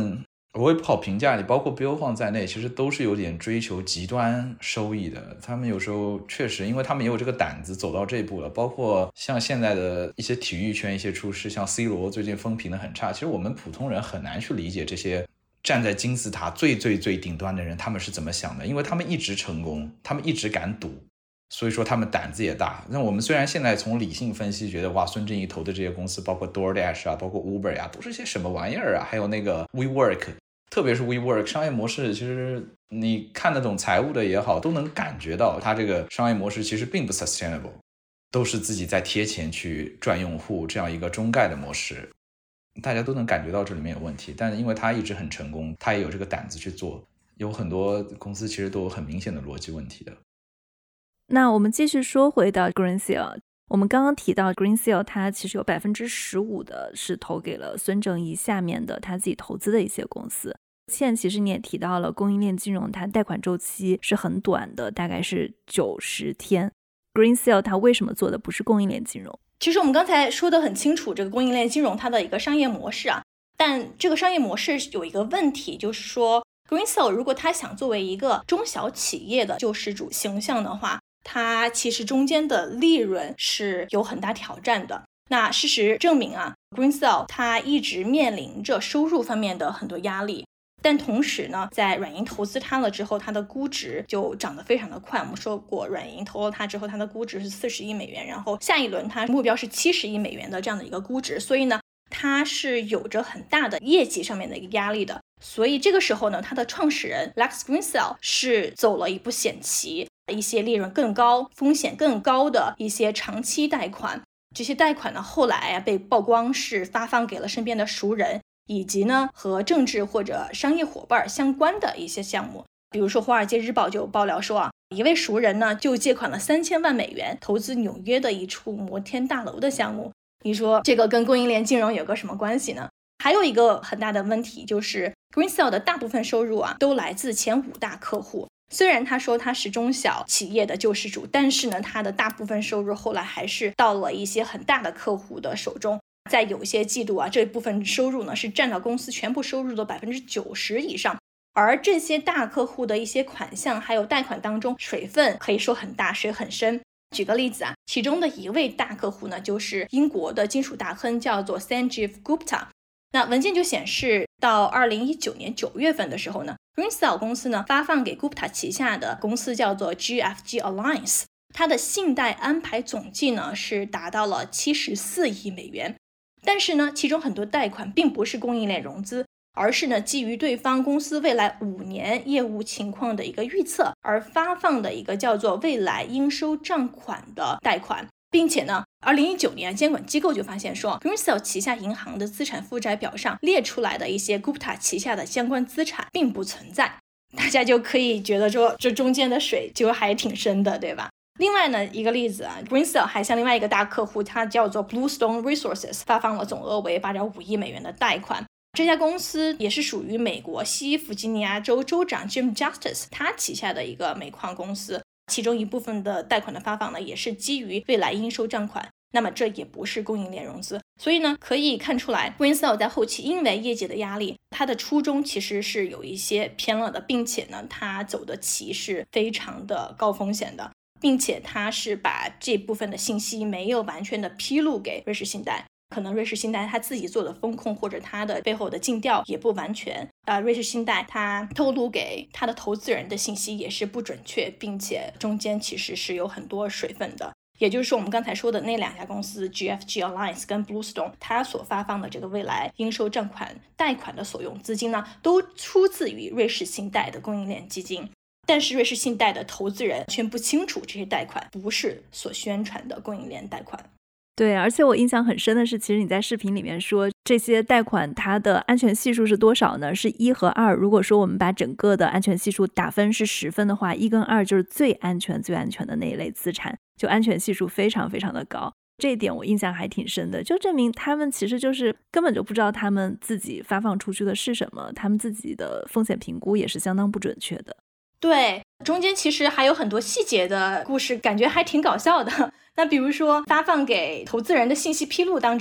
我也不好评价你，包括 Bill Hwang 在内，其实都是有点追求极端收益的。他们有时候确实，因为他们也有这个胆子走到这一步了。包括像现在的一些体育圈一些出事，像 C 罗最近风评的很差，其实我们普通人很难去理解这些站在金字塔最顶端的人他们是怎么想的，因为他们一直成功，他们一直敢赌，所以说他们胆子也大。那我们虽然现在从理性分析觉得哇，孙正义投的这些公司包括 DoorDash 啊，包括 Uber 啊，都是些什么玩意儿啊，还有那个 WeWork， 特别是 WeWork 商业模式，其实你看得懂财务的也好，都能感觉到它这个商业模式其实并不 sustainable， 都是自己在贴钱去赚用户这样一个中概的模式，大家都能感觉到这里面有问题。但因为他一直很成功，他也有这个胆子去做，有很多公司其实都有很明显的逻辑问题的。 那我们继续说回到 Greensill， 我们刚刚提到 Greensill 它其实有 15% 的是投给了孙正义下面的他自己投资的一些公司。现在其实你也提到了供应链金融它贷款周期是很短的，大概是90天。 Greensill 它为什么做的不是供应链金融？ 其实我们刚才说得很清楚，这个供应链金融它的一个商业模式啊，但这个商业模式有一个问题，就是说 Greensill 如果它想作为一个中小企业的救世主形象的话，它其实中间的利润是有很大挑战的。那事实证明啊 Greensill 它一直面临着收入方面的很多压力，但同时呢，在软银投资它了之后，它的估值就涨得非常的快。我们说过，软银投了它之后，它的估值是40亿美元，然后下一轮它目标是70亿美元的这样的一个估值，所以呢，它是有着很大的业绩上面的一个压力的。所以这个时候呢，它的创始人 Lex Greensill 是走了一步险棋，一些利润更高、风险更高的一些长期贷款。这些贷款呢，后来被曝光是发放给了身边的熟人，以及呢和政治或者商业伙伴相关的一些项目。比如说华尔街日报就爆料说啊，一位熟人呢就借款了3000万美元投资纽约的一处摩天大楼的项目。你说这个跟供应链金融有个什么关系呢？还有一个很大的问题就是 Greensill 的大部分收入啊都来自前5大客户。虽然他说他是中小企业的救世主，但是呢他的大部分收入后来还是到了一些很大的客户的手中。在有些季度啊，这部分收入呢是占到公司全部收入的 90% 以上。而这些大客户的一些款项还有贷款当中，水分可以说很大，水很深。举个例子啊，其中的一位大客户呢就是英国的金属大亨，叫做 Sanjeev Gupta。那文件就显示，到2019年9月份的时候呢， Greensill 公司呢发放给 Gupta 旗下的公司叫做 GFG Alliance， 它的信贷安排总计呢是达到了74亿美元。但是呢，其中很多贷款并不是供应链融资，而是呢基于对方公司未来5年业务情况的一个预测而发放的一个叫做未来应收账款的贷款。并且呢2019年监管机构就发现说 Greensill 旗下银行的资产负债表上列出来的一些 Gupta 旗下的相关资产并不存在。大家就可以觉得说这中间的水就还挺深的，对吧？另外呢，一个例子啊 Greensill 还向另外一个大客户，它叫做 Bluestone Resources， 发放了总额为 8.5 亿美元的贷款。这家公司也是属于美国西弗吉尼亚州州长 Jim Justice 他旗下的一个煤矿公司，其中一部分的贷款的发放呢也是基于未来应收账款，那么这也不是供应链融资。所以呢可以看出来 Greensill 在后期因为业绩的压力，它的初衷其实是有一些偏了的，并且呢它走的棋是非常的高风险的，并且它是把这部分的信息没有完全的披露给瑞士信贷，可能瑞士信贷他自己做的风控或者他的背后的尽调也不完全，瑞士信贷他透露给他的投资人的信息也是不准确，并且中间其实是有很多水分的。也就是说我们刚才说的那2家公司 GFG Alliance 跟 Bluestone， 它所发放的这个未来应收账款贷款的所用资金呢都出自于瑞士信贷的供应链基金，但是瑞士信贷的投资人却不清楚这些贷款不是所宣传的供应链贷款。 对，而且我印象很深的是，其实你在视频里面说这些贷款它的安全系数是多少呢？是1和2。如果说我们把整个的安全系数打分是10分的话，1跟2就是最安全的那一类资产，就安全系数非常的高。这一点我印象还挺深的，就证明他们其实就是根本就不知道他们自己发放出去的是什么，他们自己的风险评估也是相当不准确的。 对，中间其实还有很多细节的故事，感觉还挺搞笑的。那比如说发放给投资人的信息披露当中啊，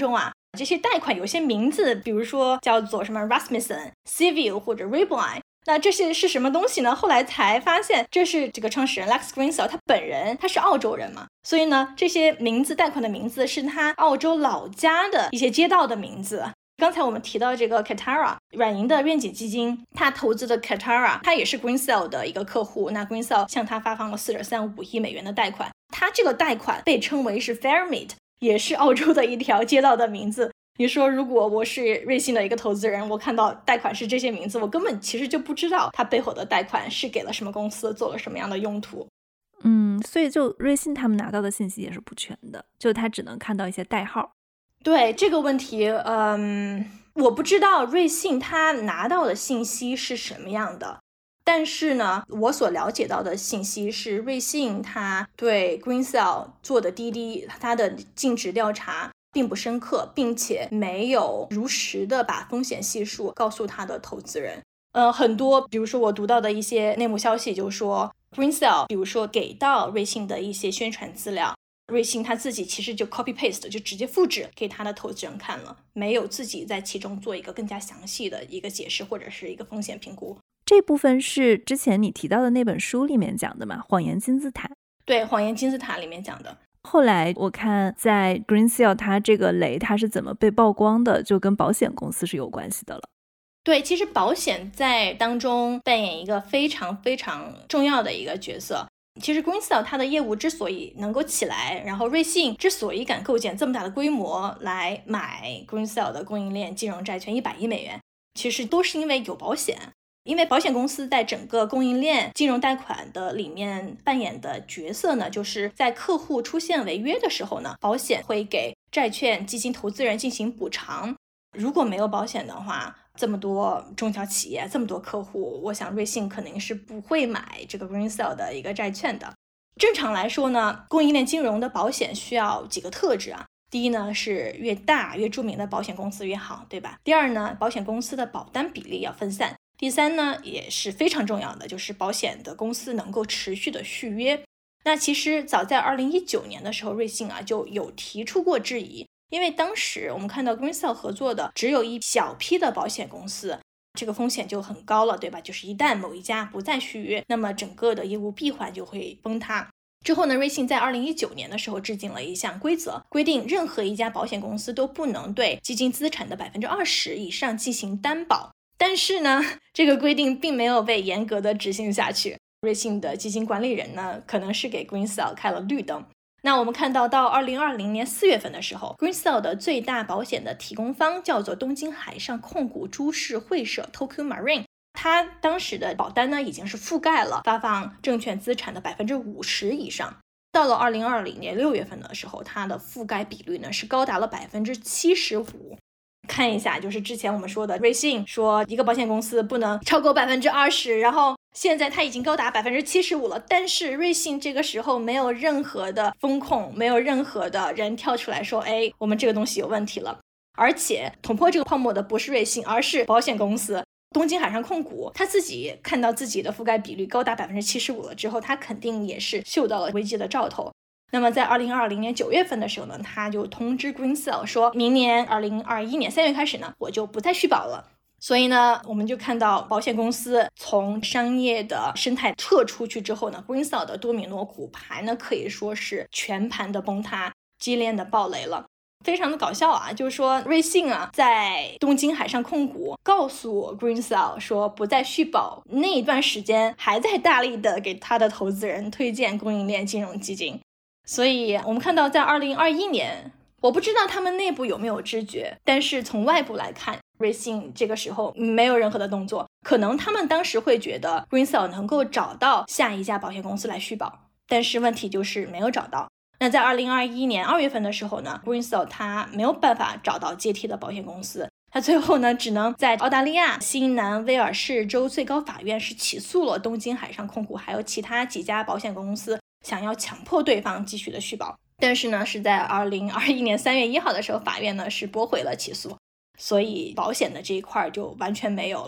这些贷款有些名字，比如说叫做什么 Rasmussen、Civil 或者 Ribeline， 那这些是什么东西呢？后来才发现这是这个创始人 Lex Greensill 他本人，他是澳洲人嘛，所以呢这些名字贷款的名字是他澳洲老家的一些街道的名字。刚才我们提到这个 Katara 软银的愿景基金，他投资的 Katara 他也是 Greensill 的一个客户，那 Greensill 向他发放了 4.35 亿美元的贷款，他这个贷款被称为是 Fairmead， 也是澳洲的一条街道的名字。你说如果我是瑞信的一个投资人，我看到贷款是这些名字，我根本其实就不知道他背后的贷款是给了什么公司，做了什么样的用途。 所以就瑞信他们拿到的信息也是不全的，就他只能看到一些代号。 对这个问题，我不知道瑞信他拿到的信息是什么样的，但是呢，我所了解到的信息是瑞信他对 Greensill 做的滴滴他的尽职调查并不深刻，并且没有如实的把风险系数告诉他的投资人。很多比如说我读到的一些内幕消息就说 Greensill 比如说给到瑞信的一些宣传资料，瑞信他自己其实就 copy paste 就直接复制给他的投资人看了，没有自己在其中做一个更加详细的一个解释或者是一个风险评估。 这部分是之前你提到的那本书里面讲的吗？谎言金字塔。 对，谎言金字塔里面讲的。 后来我看在 Greensill 他这个雷他是怎么被曝光的，就跟保险公司是有关系的了。 对，其实保险在当中扮演一个非常非常重要的一个角色。其实 Greensill 它的业务之所以能够起来，然后瑞信之所以敢构建这么大的规模来买 Greensill 的供应链金融债券100亿美元，其实都是因为有保险。因为保险公司在整个供应链金融贷款的里面扮演的角色呢，就是在客户出现违约的时候呢，保险会给债券基金投资人进行补偿。如果没有保险的话，这么多中小企业，这么多客户，我想瑞信肯定是不会买这个 Greensill 的一个债券的。正常来说呢，供应链金融的保险需要几个特质啊。第一呢，是越大越著名的保险公司越好，对吧？第二呢，保险公司的保单比例要分散。第三呢，也是非常重要的，就是保险的公司能够持续的续约。那其实早在2019年的时候，瑞信就有提出过质疑，因为当时我们看到 Greensill 合作的只有一小批的保险公司，这个风险就很高了，对吧？就是一旦某一家不再续约，那么整个的业务闭环就会崩塌。之后呢，瑞信在2019年的时候制定了一项规则，规定任何一家保险公司都不能对基金资产的 20% 以上进行担保。但是呢，这个规定并没有被严格的执行下去。瑞信的基金管理人呢，可能是给 Greensill 开了绿灯。那我们看到2020年4月份的时候， Greensill 的最大保险的提供方叫做东京海上控股株式会社 Tokyo Marine， 它当时的保单呢已经是覆盖了发放证券资产的 50% 以上。到了2020年6月份的时候，它的覆盖比率呢是高达了 75%。看一下，就是之前我们说的瑞信说一个保险公司不能超过 20%， 然后现在它已经高达 75% 了，但是瑞信这个时候没有任何的风控，没有任何的人跳出来说，哎，我们这个东西有问题了。而且捅破这个泡沫的不是瑞信，而是保险公司东京海上控股，他自己看到自己的覆盖比率高达 75% 了之后，他肯定也是嗅到了危机的兆头。那么在2020年9月份的时候呢，他就通知 Greensill 说，明年2021年3月开始呢，我就不再续保了。所以呢，我们就看到保险公司从商业的生态撤出去之后呢， Greensill 的多米诺骨牌呢可以说是全盘的崩塌，接连的爆雷了。非常的搞笑啊，就是说瑞信在东京海上控股告诉 Greensill 说不再续保那一段时间，还在大力的给他的投资人推荐供应链金融基金。所以我们看到在2021年，我不知道他们内部有没有知觉，但是从外部来看，瑞信这个时候没有任何的动作。可能他们当时会觉得 Greensill 能够找到下一家保险公司来续保，但是问题就是没有找到。那在2021年2月份的时候呢， Greensill 他没有办法找到接替的保险公司，他最后呢只能在澳大利亚新南威尔士州最高法院是起诉了东京海上控股还有其他几家保险公司，想要强迫对方继续的续保。但是呢，是在2021年3月1号的时候，法院呢是驳回了起诉，所以保险的这一块就完全没有了。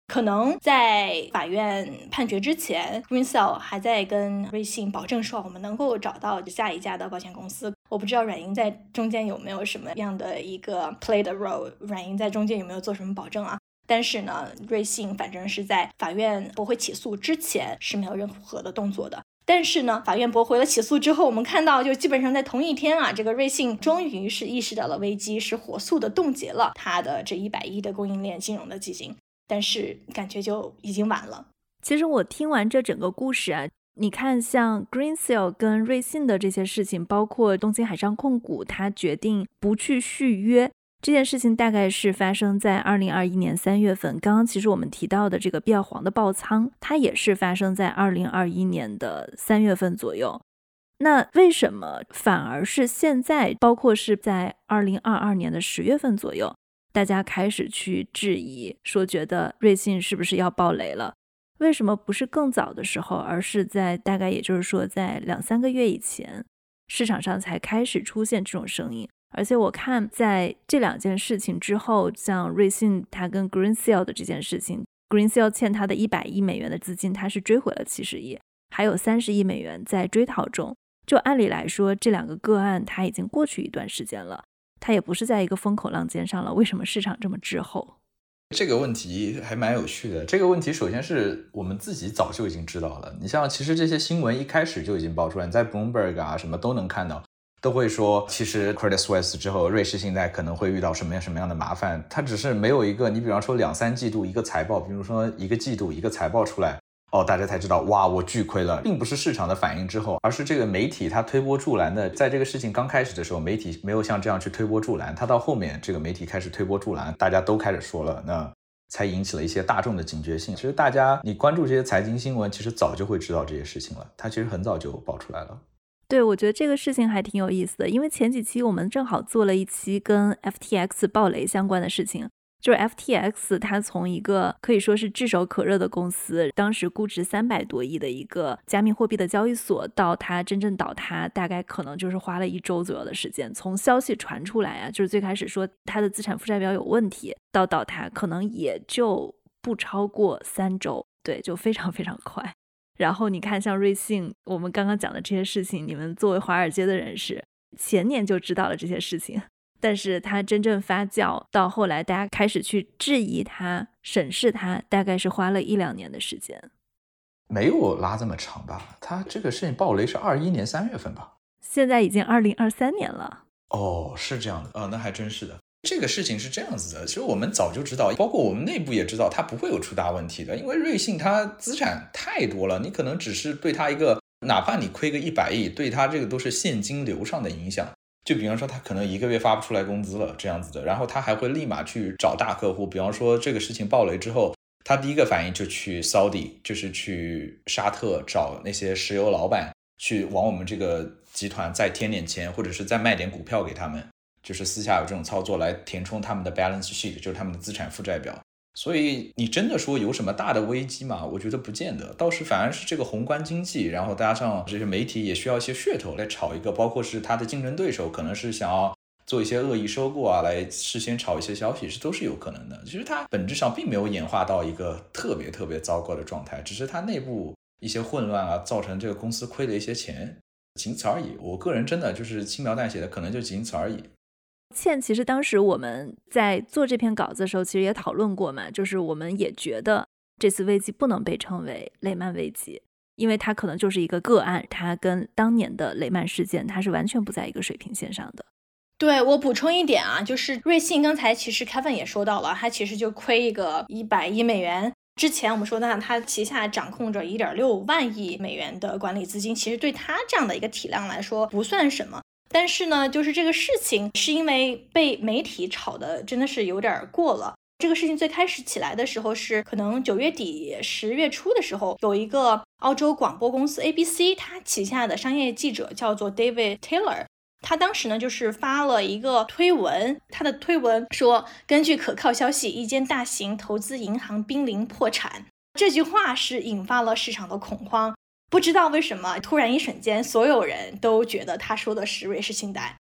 可能在法院判决之前 Greensill 还在跟瑞信保证说我们能够找到下一家的保险公司。我不知道软银在中间有没有什么样的一个 play the role， 软银在中间有没有做什么保证啊？但是呢，瑞信反正是在法院驳回起诉之前是没有任何的动作的。但是呢，法院驳回了起诉之后，我们看到就基本上在同一天啊，这个瑞信终于是意识到了危机，是火速的冻结了它的这100亿的供应链金融的基金，但是感觉就已经晚了。 其实我听完这整个故事啊，你看像 Greensill 跟瑞信的这些事情，包括东京海上控股它决定不去续约，这件事情大概是发生在2021年3月份。刚刚其实我们提到的这个碧尔皇的爆仓，它也是发生在2021年的3月份左右。那为什么反而是现在，包括是在2022年的10月份左右，大家开始去质疑，说觉得瑞信是不是要爆雷了？为什么不是更早的时候，而是在大概也就是说在2-3个月以前，市场上才开始出现这种声音？而且我看在这2件事情之后，像瑞信它跟 Greensill 的这件事情， Greensill 欠它的100亿美元的资金，它是追回了70亿，还有30亿美元在追讨中。就按理来说，这2个个案它已经过去一段时间了，它也不是在一个风口浪尖上了，为什么市场这么滞后？ 这个问题还蛮有趣的。这个问题首先是我们自己早就已经知道了，你像其实这些新闻一开始就已经爆出来，你在 Bloomberg 啊什么都能看到，都会说其实 Credit Suisse 之后瑞士信贷可能会遇到什么样的麻烦，它只是没有一个，你比方说2-3季度一个财报，比如说一个季度一个财报出来，大家才知道哇我巨亏了，并不是市场的反应之后，而是这个媒体它推波助澜的。在这个事情刚开始的时候，媒体没有像这样去推波助澜，它到后面这个媒体开始推波助澜，大家都开始说了，那才引起了一些大众的警觉性。其实大家你关注这些财经新闻，其实早就会知道这些事情了，它其实很早就爆出来了。 对，我觉得这个事情还挺有意思的，因为前几期我们正好做了一期跟 FTX 爆雷相关的事情，就是 FTX 它从一个可以说是炙手可热的公司，当时估值300多亿的一个加密货币的交易所，到它真正倒塌大概可能就是花了1周左右的时间。从消息传出来啊，就是最开始说它的资产负债表有问题，到倒塌可能也就不超过3周，对，就非常非常快。然后你看像瑞信，我们刚刚讲的这些事情，你们作为华尔街的人士前年就知道了这些事情，但是它真正发酵到后来大家开始去质疑它审视它，大概是花了1-2年的时间。 没有拉这么长吧，它这个事情爆雷是21年3月份吧， 现在已经2023年了。 是这样的，那还真是的。这个事情是这样子的，其实我们早就知道，包括我们内部也知道它不会有出大问题的，因为瑞信它资产太多了，你可能只是对它一个，哪怕你亏个100亿，对它这个都是现金流上的影响。就比方说他可能1个月发不出来工资了这样子的，然后他还会立马去找大客户，比方说这个事情爆雷之后，他第一个反应就去 Saudi， 就是去沙特找那些石油老板，去往我们这个集团再添点钱，或者是再卖点股票给他们，就是私下有这种操作来填充他们的 balance sheet， 就是他们的资产负债表。所以你真的说有什么大的危机吗？我觉得不见得，倒是反而是这个宏观经济，然后加上这些媒体也需要一些噱头来炒一个，包括是他的竞争对手可能是想要做一些恶意收购啊，来事先炒一些消息，都是有可能的。其实它本质上并没有演化到一个特别特别糟糕的状态，只是它内部一些混乱啊，造成这个公司亏了一些钱，仅此而已。我个人真的就是轻描淡写的，可能就仅此而已。 其实当时我们在做这篇稿子的时候其实也讨论过嘛，就是我们也觉得这次危机不能被称为雷曼危机，因为它可能就是一个个案，它跟当年的雷曼事件它是完全不在一个水平线上的。 对，我补充一点啊，就是瑞信刚才其实 Kevin 也说到了，它其实就亏一个100亿美元。之前我们说呢，它旗下掌控着1.6万亿美元的管理资金，其实对它这样的一个体量来说不算什么。但是呢，就是这个事情是因为被媒体炒的真的是有点过了。这个事情最开始起来的时候是可能9月底10月初的时候，有一个澳洲广播公司 ABC， 它旗下的商业记者叫做 David Taylor， 他当时呢就是发了一个推文，他的推文说，根据可靠消息，一间大型投资银行濒临破产。这句话是引发了市场的恐慌，不知道为什么突然一瞬间所有人都觉得他说的是瑞士信贷。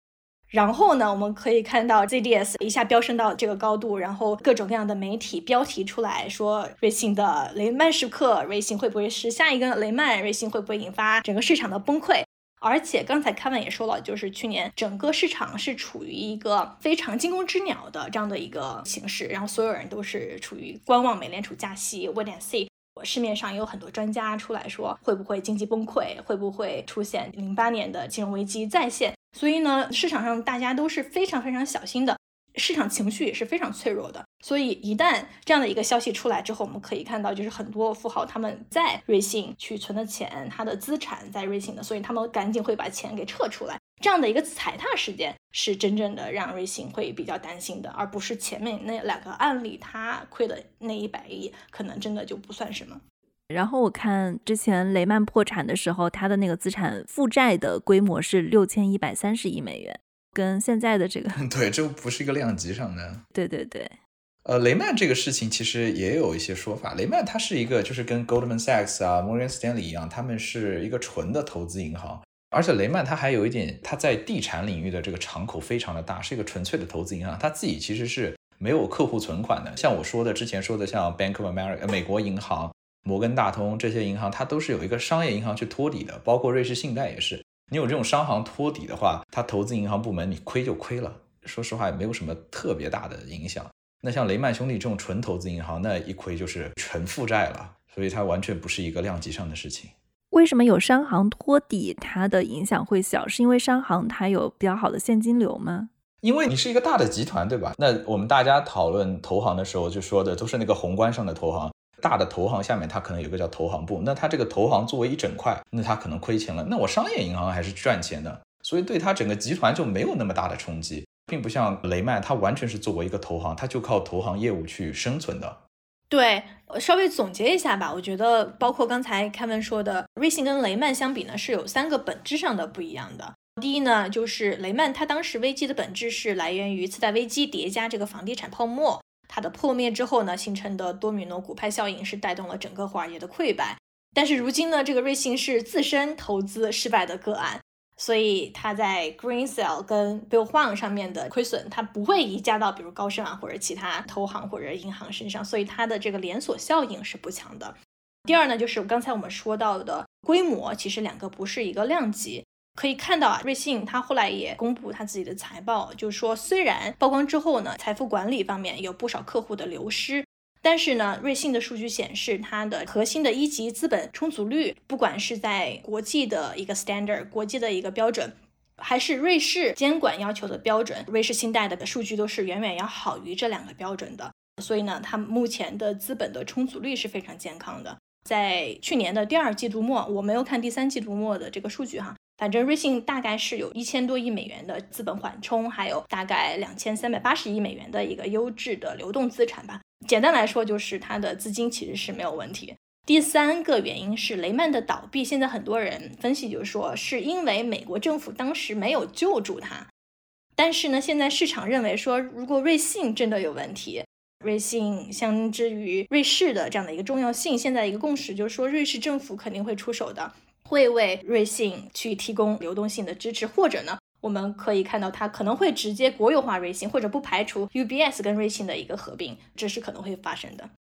然后呢，我们可以看到 ZDS 一下飙升到这个高度，然后各种各样的媒体标题出来说瑞幸的雷曼时刻，瑞幸会不会是下一个雷曼，瑞幸会不会引发整个市场的崩溃。而且刚才Kevin也说了，就是去年整个市场是处于一个非常惊弓之鸟的这样的一个形势，然后所有人都是处于观望美联储加息 wait and see。市面上也有很多专家出来说会不会经济崩溃，会不会出现08年的金融危机再现。所以呢，市场上大家都是非常非常小心的，市场情绪也是非常脆弱的。所以一旦这样的一个消息出来之后，我们可以看到就是很多富豪他们在瑞幸去存的钱，他的资产在瑞幸的，所以他们赶紧会把钱给撤出来。这样的一个踩踏事件是真正的让瑞幸会比较担心的，而不是前面那2个案例他亏的那100亿可能真的就不算什么。 然后我看之前雷曼破产的时候，他的那个资产负债的规模是6130亿美元，跟现在的这个对，这不是一个量级上的。 对对对。 雷曼这个事情其实也有一些说法。雷曼它是一个就是跟 Goldman Sachs 啊 Morgan Stanley 一样，他们是一个纯的投资银行。而且雷曼它还有一点，它在地产领域的这个敞口非常的大，是一个纯粹的投资银行，它自己其实是没有客户存款的。像我说的之前说的像 Bank of America 美国银行、摩根大通这些银行，它都是有一个商业银行去托底的，包括瑞士信贷也是。你有这种商行托底的话，它投资银行部门你亏就亏了，说实话也没有什么特别大的影响。那像雷曼兄弟这种纯投资银行，那一亏就是纯负债了，所以它完全不是一个量级上的事情。 为什么有商行托底它的影响会小？是因为商行它有比较好的现金流吗？ 因为你是一个大的集团，对吧？那我们大家讨论投行的时候就说的都是那个宏观上的投行，大的投行下面它可能有个叫投行部，那它这个投行作为一整块，那它可能亏钱了，那我商业银行还是赚钱的，所以对它整个集团就没有那么大的冲击，并不像雷曼它完全是作为一个投行，它就靠投行业务去生存的。 对，稍微总结一下吧，我觉得包括刚才Kevin说的，瑞幸跟雷曼相比呢，是有3个本质上的不一样的。第一呢，就是雷曼它当时危机的本质是来源于次贷危机叠加这个房地产泡沫，它的破灭之后呢，形成的多米诺骨牌效应是带动了整个华尔街的溃败。但是如今呢，这个瑞幸是自身投资失败的个案，所以它在 Greensill 跟 Bill Huang 上面的亏损，它不会移加到比如高盛啊或者其他投行或者银行身上，所以它的这个连锁效应是不强的。第二呢，就是刚才我们说到的规模，其实2个不是一个量级。可以看到啊，瑞幸它后来也公布它自己的财报，就是说虽然曝光之后呢，财富管理方面有不少客户的流失，但是呢，瑞幸的数据显示它的核心的1级资本充足率，不管是在国际的一个 standard 国际的一个标准，还是瑞士监管要求的标准，瑞士信贷的数据都是远远要好于这2个标准的。所以呢，它目前的资本的充足率是非常健康的。在去年的第2季度末，我没有看第3季度末的这个数据哈，反正瑞幸大概是有1000多亿美元的资本缓冲，还有大概2380亿美元的一个优质的流动资产吧。简单来说就是它的资金其实是没有问题。第3个原因是雷曼的倒闭，现在很多人分析就是说是因为美国政府当时没有救助它，但是呢，现在市场认为说如果瑞幸真的有问题，瑞幸相之于瑞士的这样的一个重要性，现在一个共识就是说瑞士政府肯定会出手的，会为瑞幸去提供流动性的支持，或者呢我们可以看到它可能会直接国有化瑞幸，或者不排除 UBS 跟瑞幸的一个合并，这是可能会发生的。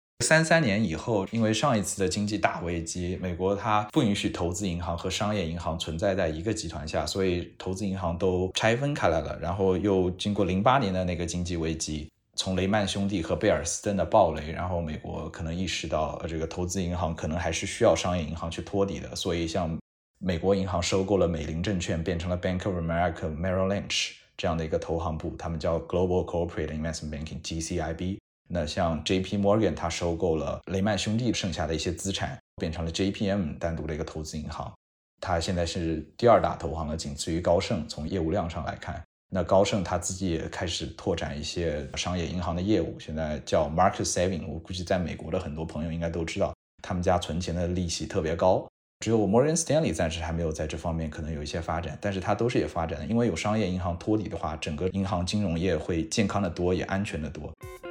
33年以后，因为上一次的经济大危机，美国它不允许投资银行和商业银行存在在一个集团下，所以投资银行都拆分开来了。然后又经过08年的那个经济危机，从雷曼兄弟和贝尔斯登的暴雷，然后美国可能意识到这个投资银行可能还是需要商业银行去托底的，所以像美国银行收购了美林证券，变成了 Bank of America Merrill Lynch 这样的一个投行部，他们叫 Global Corporate Investment Banking GCIB。那像 JP Morgan 它收购了雷曼兄弟剩下的一些资产，变成了 JPM 单独的一个投资银行，它现在是第2大投行了，仅次于高盛。从业务量上来看，那高盛它自己也开始拓展一些商业银行的业务，现在叫 Market Saving， 我估计在美国的很多朋友应该都知道，他们家存钱的利息特别高。只有 Morgan Stanley 暂时还没有在这方面可能有一些发展，但是它都是也发展的，因为有商业银行托底的话，整个银行金融业会健康的多，也安全的多。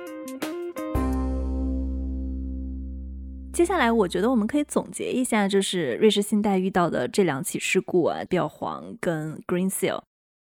接下来我觉得我们可以总结一下，就是瑞士信贷遇到的这2起事故啊，Bill Huang跟 Greensill。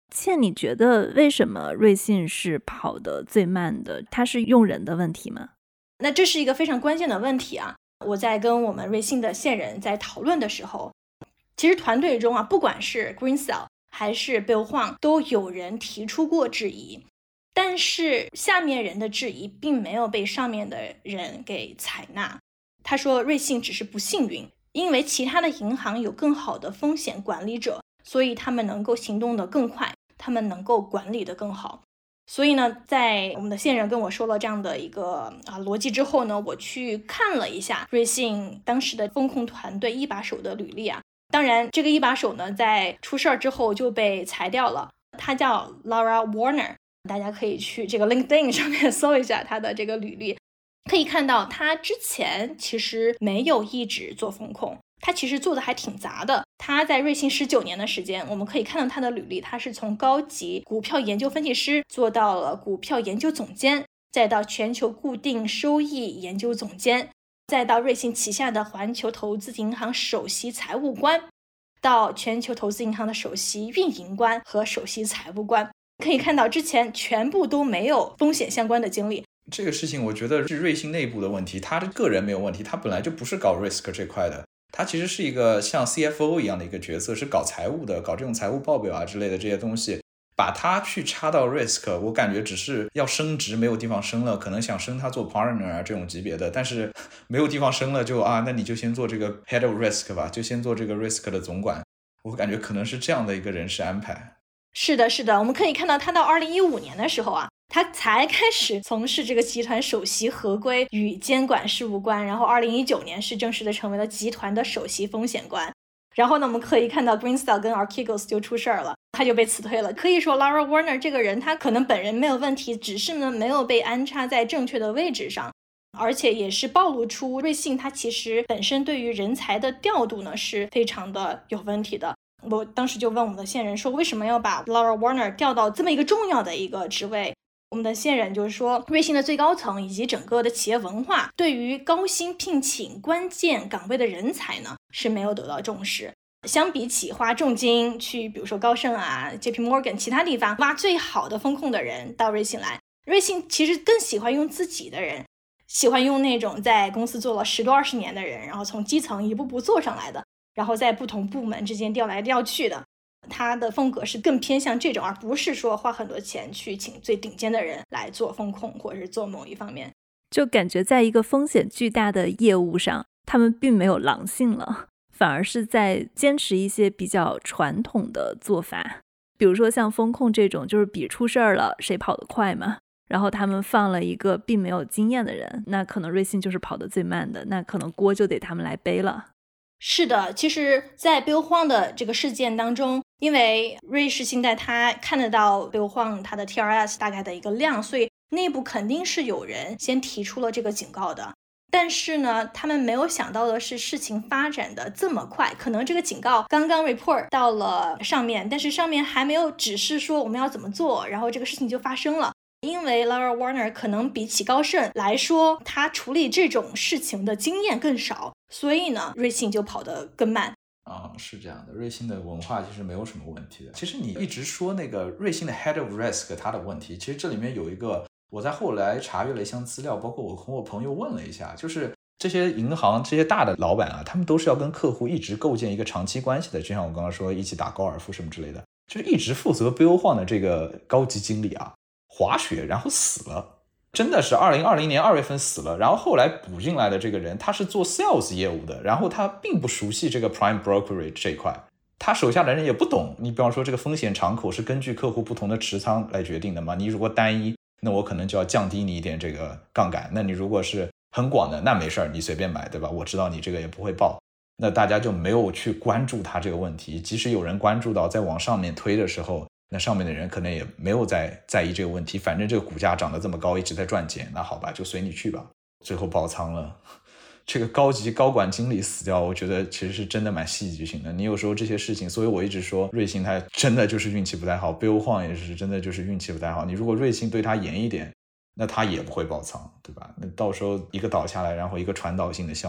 倩，你觉得为什么瑞幸是跑得最慢的？它是用人的问题吗？ 那这是一个非常关键的问题啊！我在跟我们瑞幸的线人在讨论的时候，其实团队中啊，不管是 Greensell 还是 Bill Huang 都有人提出过质疑，但是下面人的质疑并没有被上面的人给采纳。他说瑞幸只是不幸运，因为其他的银行有更好的风险管理者，所以他们能够行动得更快，他们能够管理得更好。所以呢，在我们的线人跟我说了这样的一个逻辑之后呢，我去看了一下瑞幸当时的风控团队一把手的履历啊。当然这个一把手呢，在出事儿之后就被裁掉了，他叫 Laura Warner， 大家可以去这个 LinkedIn 上面搜一下他的这个履历，可以看到他之前其实没有一直做风控，他其实做的还挺杂的。他在瑞幸19年的时间，我们可以看到他的履历，他是从高级股票研究分析师做到了股票研究总监，再到全球固定收益研究总监，再到瑞幸旗下的环球投资银行首席财务官，到全球投资银行的首席运营官和首席财务官。可以看到之前全部都没有风险相关的经历。 这个事情我觉得是瑞幸内部的问题，他的个人没有问题，他本来就不是搞 risk 这块的，他其实是一个像 CFO 一样的一个角色，是搞财务的，搞这种财务报表啊之类的这些东西，把他去插到 risk， 我感觉只是要升职没有地方升了，可能想升他做 partner 啊这种级别的，但是没有地方升了就那你就先做这个 head of risk 吧，就先做这个 risk 的总管，我感觉可能是这样的一个人事安排。 是的，是的，我们可以看到他到2015年的时候啊，他才开始从事这个集团首席合规与监管事务官，然后2019年是正式的成为了集团的首席风险官。然后呢，我们可以看到 Greensell 跟 Archegos 就出事儿了，他就被辞退了。可以说 Laura Warner 这个人他可能本人没有问题，只是呢没有被安插在正确的位置上，而且也是暴露出瑞幸它其实本身对于人才的调度呢是非常的有问题的。我当时就问我们的线人说，为什么要把 Laura Warner 调到这么一个重要的一个职位？我们的线人就是说，瑞幸的最高层以及整个的企业文化对于高薪聘请关键岗位的人才呢是没有得到重视。相比起花重金去比如说高盛啊 JP Morgan 其他地方挖最好的风控的人到瑞幸来，瑞幸其实更喜欢用自己的人，喜欢用那种在公司做了10多20年的人，然后从基层一步步做上来的，然后在不同部门之间调来调去的，他的风格是更偏向这种，而不是说花很多钱去请最顶尖的人来做风控或者是做某一方面。 就感觉在一个风险巨大的业务上，他们并没有狼性了，反而是在坚持一些比较传统的做法。比如说像风控这种，就是比出事儿了谁跑得快嘛，然后他们放了一个并没有经验的人，那可能瑞幸就是跑得最慢的，那可能锅就得他们来背了。 是的，其实在 Bill Huang 的这个事件当中，因为瑞士信贷他看得到 Bill Huang 他的 TRS 大概的一个量，所以内部肯定是有人先提出了这个警告的。但是呢，他们没有想到的是事情发展的这么快，可能这个警告刚刚 report 到了上面，但是上面还没有指示说我们要怎么做，然后这个事情就发生了。因为 Laura Warner 可能比起高盛来说，他处理这种事情的经验更少，所以呢，瑞幸就跑得更慢。 是这样的，瑞幸的文化其实没有什么问题的。其实你一直说那个瑞幸的 Head of Risk 它的问题，其实这里面有一个，我在后来查阅了一项资料，包括我和我朋友问了一下，就是这些银行这些大的老板啊，他们都是要跟客户一直构建一个长期关系的，就像我刚刚说一起打高尔夫什么之类的，就是一直负责 Bill Huang 的这个高级经理啊，滑雪然后死了，真的是2020年2月份死了，然后后来补进来的这个人他是做 sales 业务的，然后他并不熟悉这个 prime brokerage 这一块，他手下的人也不懂，你比方说这个风险敞口是根据客户不同的持仓来决定的嘛，你如果单一，那我可能就要降低你一点这个杠杆，那你如果是很广的，那没事你随便买，对吧？我知道你这个也不会爆，那大家就没有去关注他这个问题，即使有人关注到在往上面推的时候，那上面的人可能也没有在意这个问题，反正这个股价涨得这么高，一直在赚钱，那好吧，就随你去吧。最后爆仓了，这个高级高管经理死掉，我觉得其实是真的蛮戏剧性的。你有时候这些事情，所以我一直说瑞幸他真的就是运气不太好， Bill Huang 也是真的就是运气不太好。你如果瑞幸对他严一点，那他也不会爆仓，对吧？那到时候一个倒下来，然后一个传导性的效应。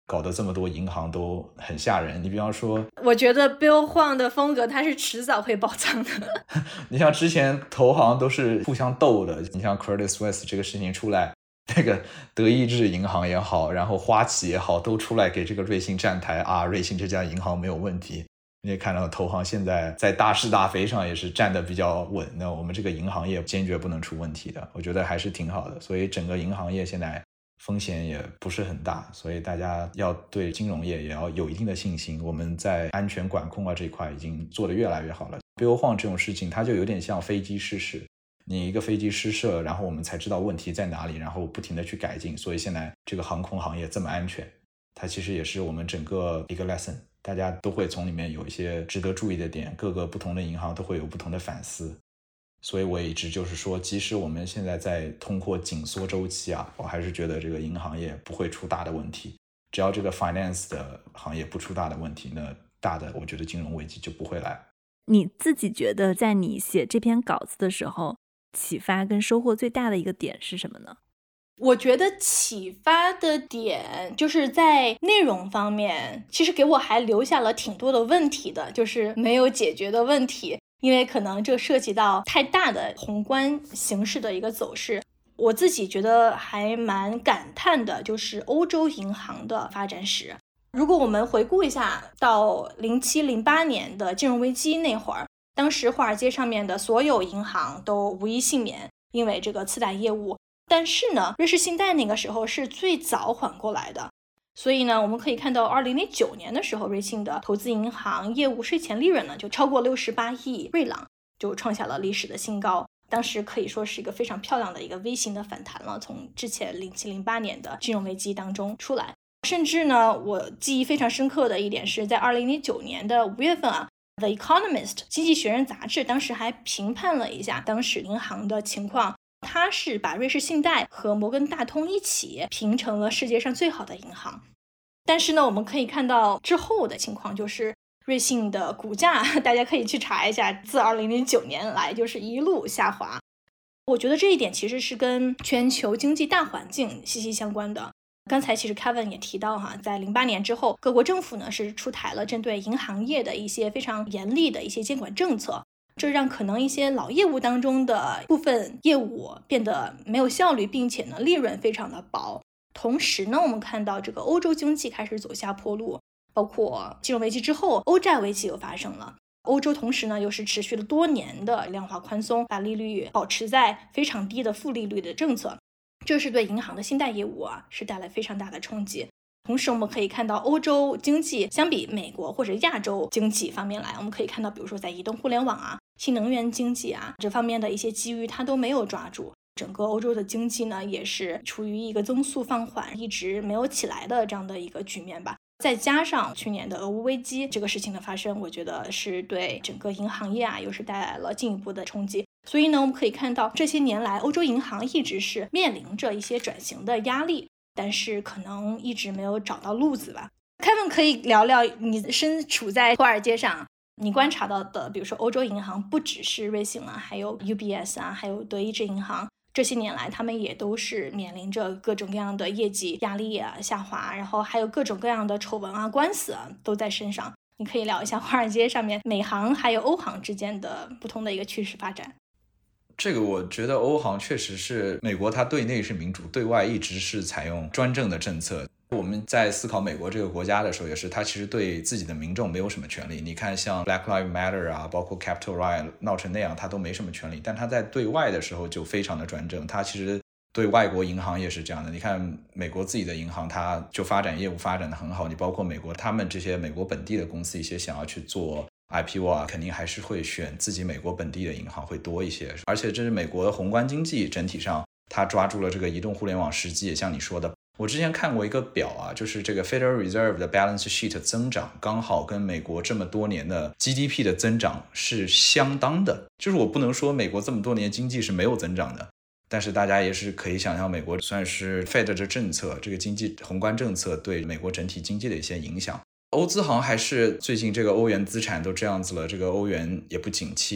搞得这么多银行都很吓人。你比方说， 我觉得 Bill Hwang 的风格他是迟早会爆仓的。 你像之前投行都是互相斗的，你像 Credit Suisse 这个事情出来，那个德意志银行也好，然后花旗也好，都出来给这个瑞信站台啊，瑞信这家银行没有问题。你也看到投行现在在大是大非上也是站得比较稳，那我们这个银行业坚决不能出问题的，我觉得还是挺好的。所以整个银行业现在风险也不是很大，所以大家要对金融业也要有一定的信心。我们在安全管控啊这一块已经做得越来越好了。Bill Hwang 这种事情它就有点像飞机失事，你一个飞机失事了，然后我们才知道问题在哪里，然后不停地去改进，所以现在这个航空行业这么安全，它其实也是我们整个一个 lesson， 大家都会从里面有一些值得注意的点，各个不同的银行都会有不同的反思。所以我一直就是说，即使我们现在在通货紧缩周期啊，我还是觉得这个银行业不会出大的问题，只要这个 finance 的行业不出大的问题，那大的我觉得金融危机就不会来。 你自己觉得在你写这篇稿子的时候，启发跟收获最大的一个点是什么呢？ 我觉得启发的点就是在内容方面，其实给我还留下了挺多的问题的，就是没有解决的问题，因为可能这涉及到太大的宏观形势的一个走势。我自己觉得还蛮感叹的，就是欧洲银行的发展史。如果我们回顾一下到07-08年的金融危机那会儿，当时华尔街上面的所有银行都无一幸免，因为这个次贷业务。但是呢，瑞士信贷那个时候是最早缓过来的，所以呢，我们可以看到2009年的时候，瑞信的投资银行业务税前利润呢就超过68亿瑞郎，就创下了历史的新高。当时可以说是一个非常漂亮的一个 V 型的反弹了，从之前07-08年的金融危机当中出来。甚至呢，我记忆非常深刻的一点是在2009年的5月份啊， The Economist 经济学人杂志当时还评判了一下当时银行的情况，它是把瑞士信贷和摩根大通一起评成了世界上最好的银行。但是呢，我们可以看到之后的情况就是瑞信的股价，大家可以去查一下，自2009年来就是一路下滑。我觉得这一点其实是跟全球经济大环境息息相关的。刚才其实 Kevin 也提到在08年之后，各国政府呢是出台了针对银行业的一些非常严厉的一些监管政策，这让可能一些老业务当中的部分业务变得没有效率，并且呢利润非常的薄。同时呢，我们看到这个欧洲经济开始走下坡路，包括金融危机之后，欧债危机又发生了。欧洲同时呢又是持续了多年的量化宽松，把利率保持在非常低的负利率的政策，这是对银行的信贷业务是带来非常大的冲击。同时我们可以看到欧洲经济相比美国或者亚洲经济方面来，我们可以看到比如说在移动互联网新能源经济这方面的一些机遇它都没有抓住，整个欧洲的经济呢也是处于一个增速放缓，一直没有起来的这样的一个局面吧。再加上去年的俄乌危机这个事情的发生，我觉得是对整个银行业又是带来了进一步的冲击。所以呢，我们可以看到这些年来欧洲银行一直是面临着一些转型的压力，但是可能一直没有找到路子吧。Kevin 可以聊聊你身处在华尔街上，你观察到的比如说欧洲银行不只是瑞信还有 UBS 还有德意志银行，这些年来他们也都是面临着各种各样的业绩压力下滑，然后还有各种各样的丑闻官司都在身上。你可以聊一下华尔街上面美行还有欧行之间的不同的一个趋势发展。 这个我觉得欧行确实是美国，它对内是民主，对外一直是采用专政的政策。我们在思考美国这个国家的时候，也是它其实对自己的民众没有什么权利。你看像 Black Lives Matter 包括 Capitol Riot 闹成那样，它都没什么权利。但它在对外的时候就非常的专政，它其实对外国银行也是这样的。你看美国自己的银行，它就发展业务发展的很好。你包括美国他们这些美国本地的公司，一些想要去做IPO 肯定还是会选自己美国本地的银行会多一些。而且这是美国的宏观经济整体上它抓住了这个移动互联网时机，也像你说的，我之前看过一个表就是这个 Federal Reserve 的 balance sheet 增长刚好跟美国这么多年的 GDP 的增长是相当的。就是我不能说美国这么多年经济是没有增长的，但是大家也是可以想象美国算是 Fed 的政策，这个经济宏观政策对美国整体经济的一些影响。欧资行还是最近这个欧元资产都这样子了，这个欧元也不景气，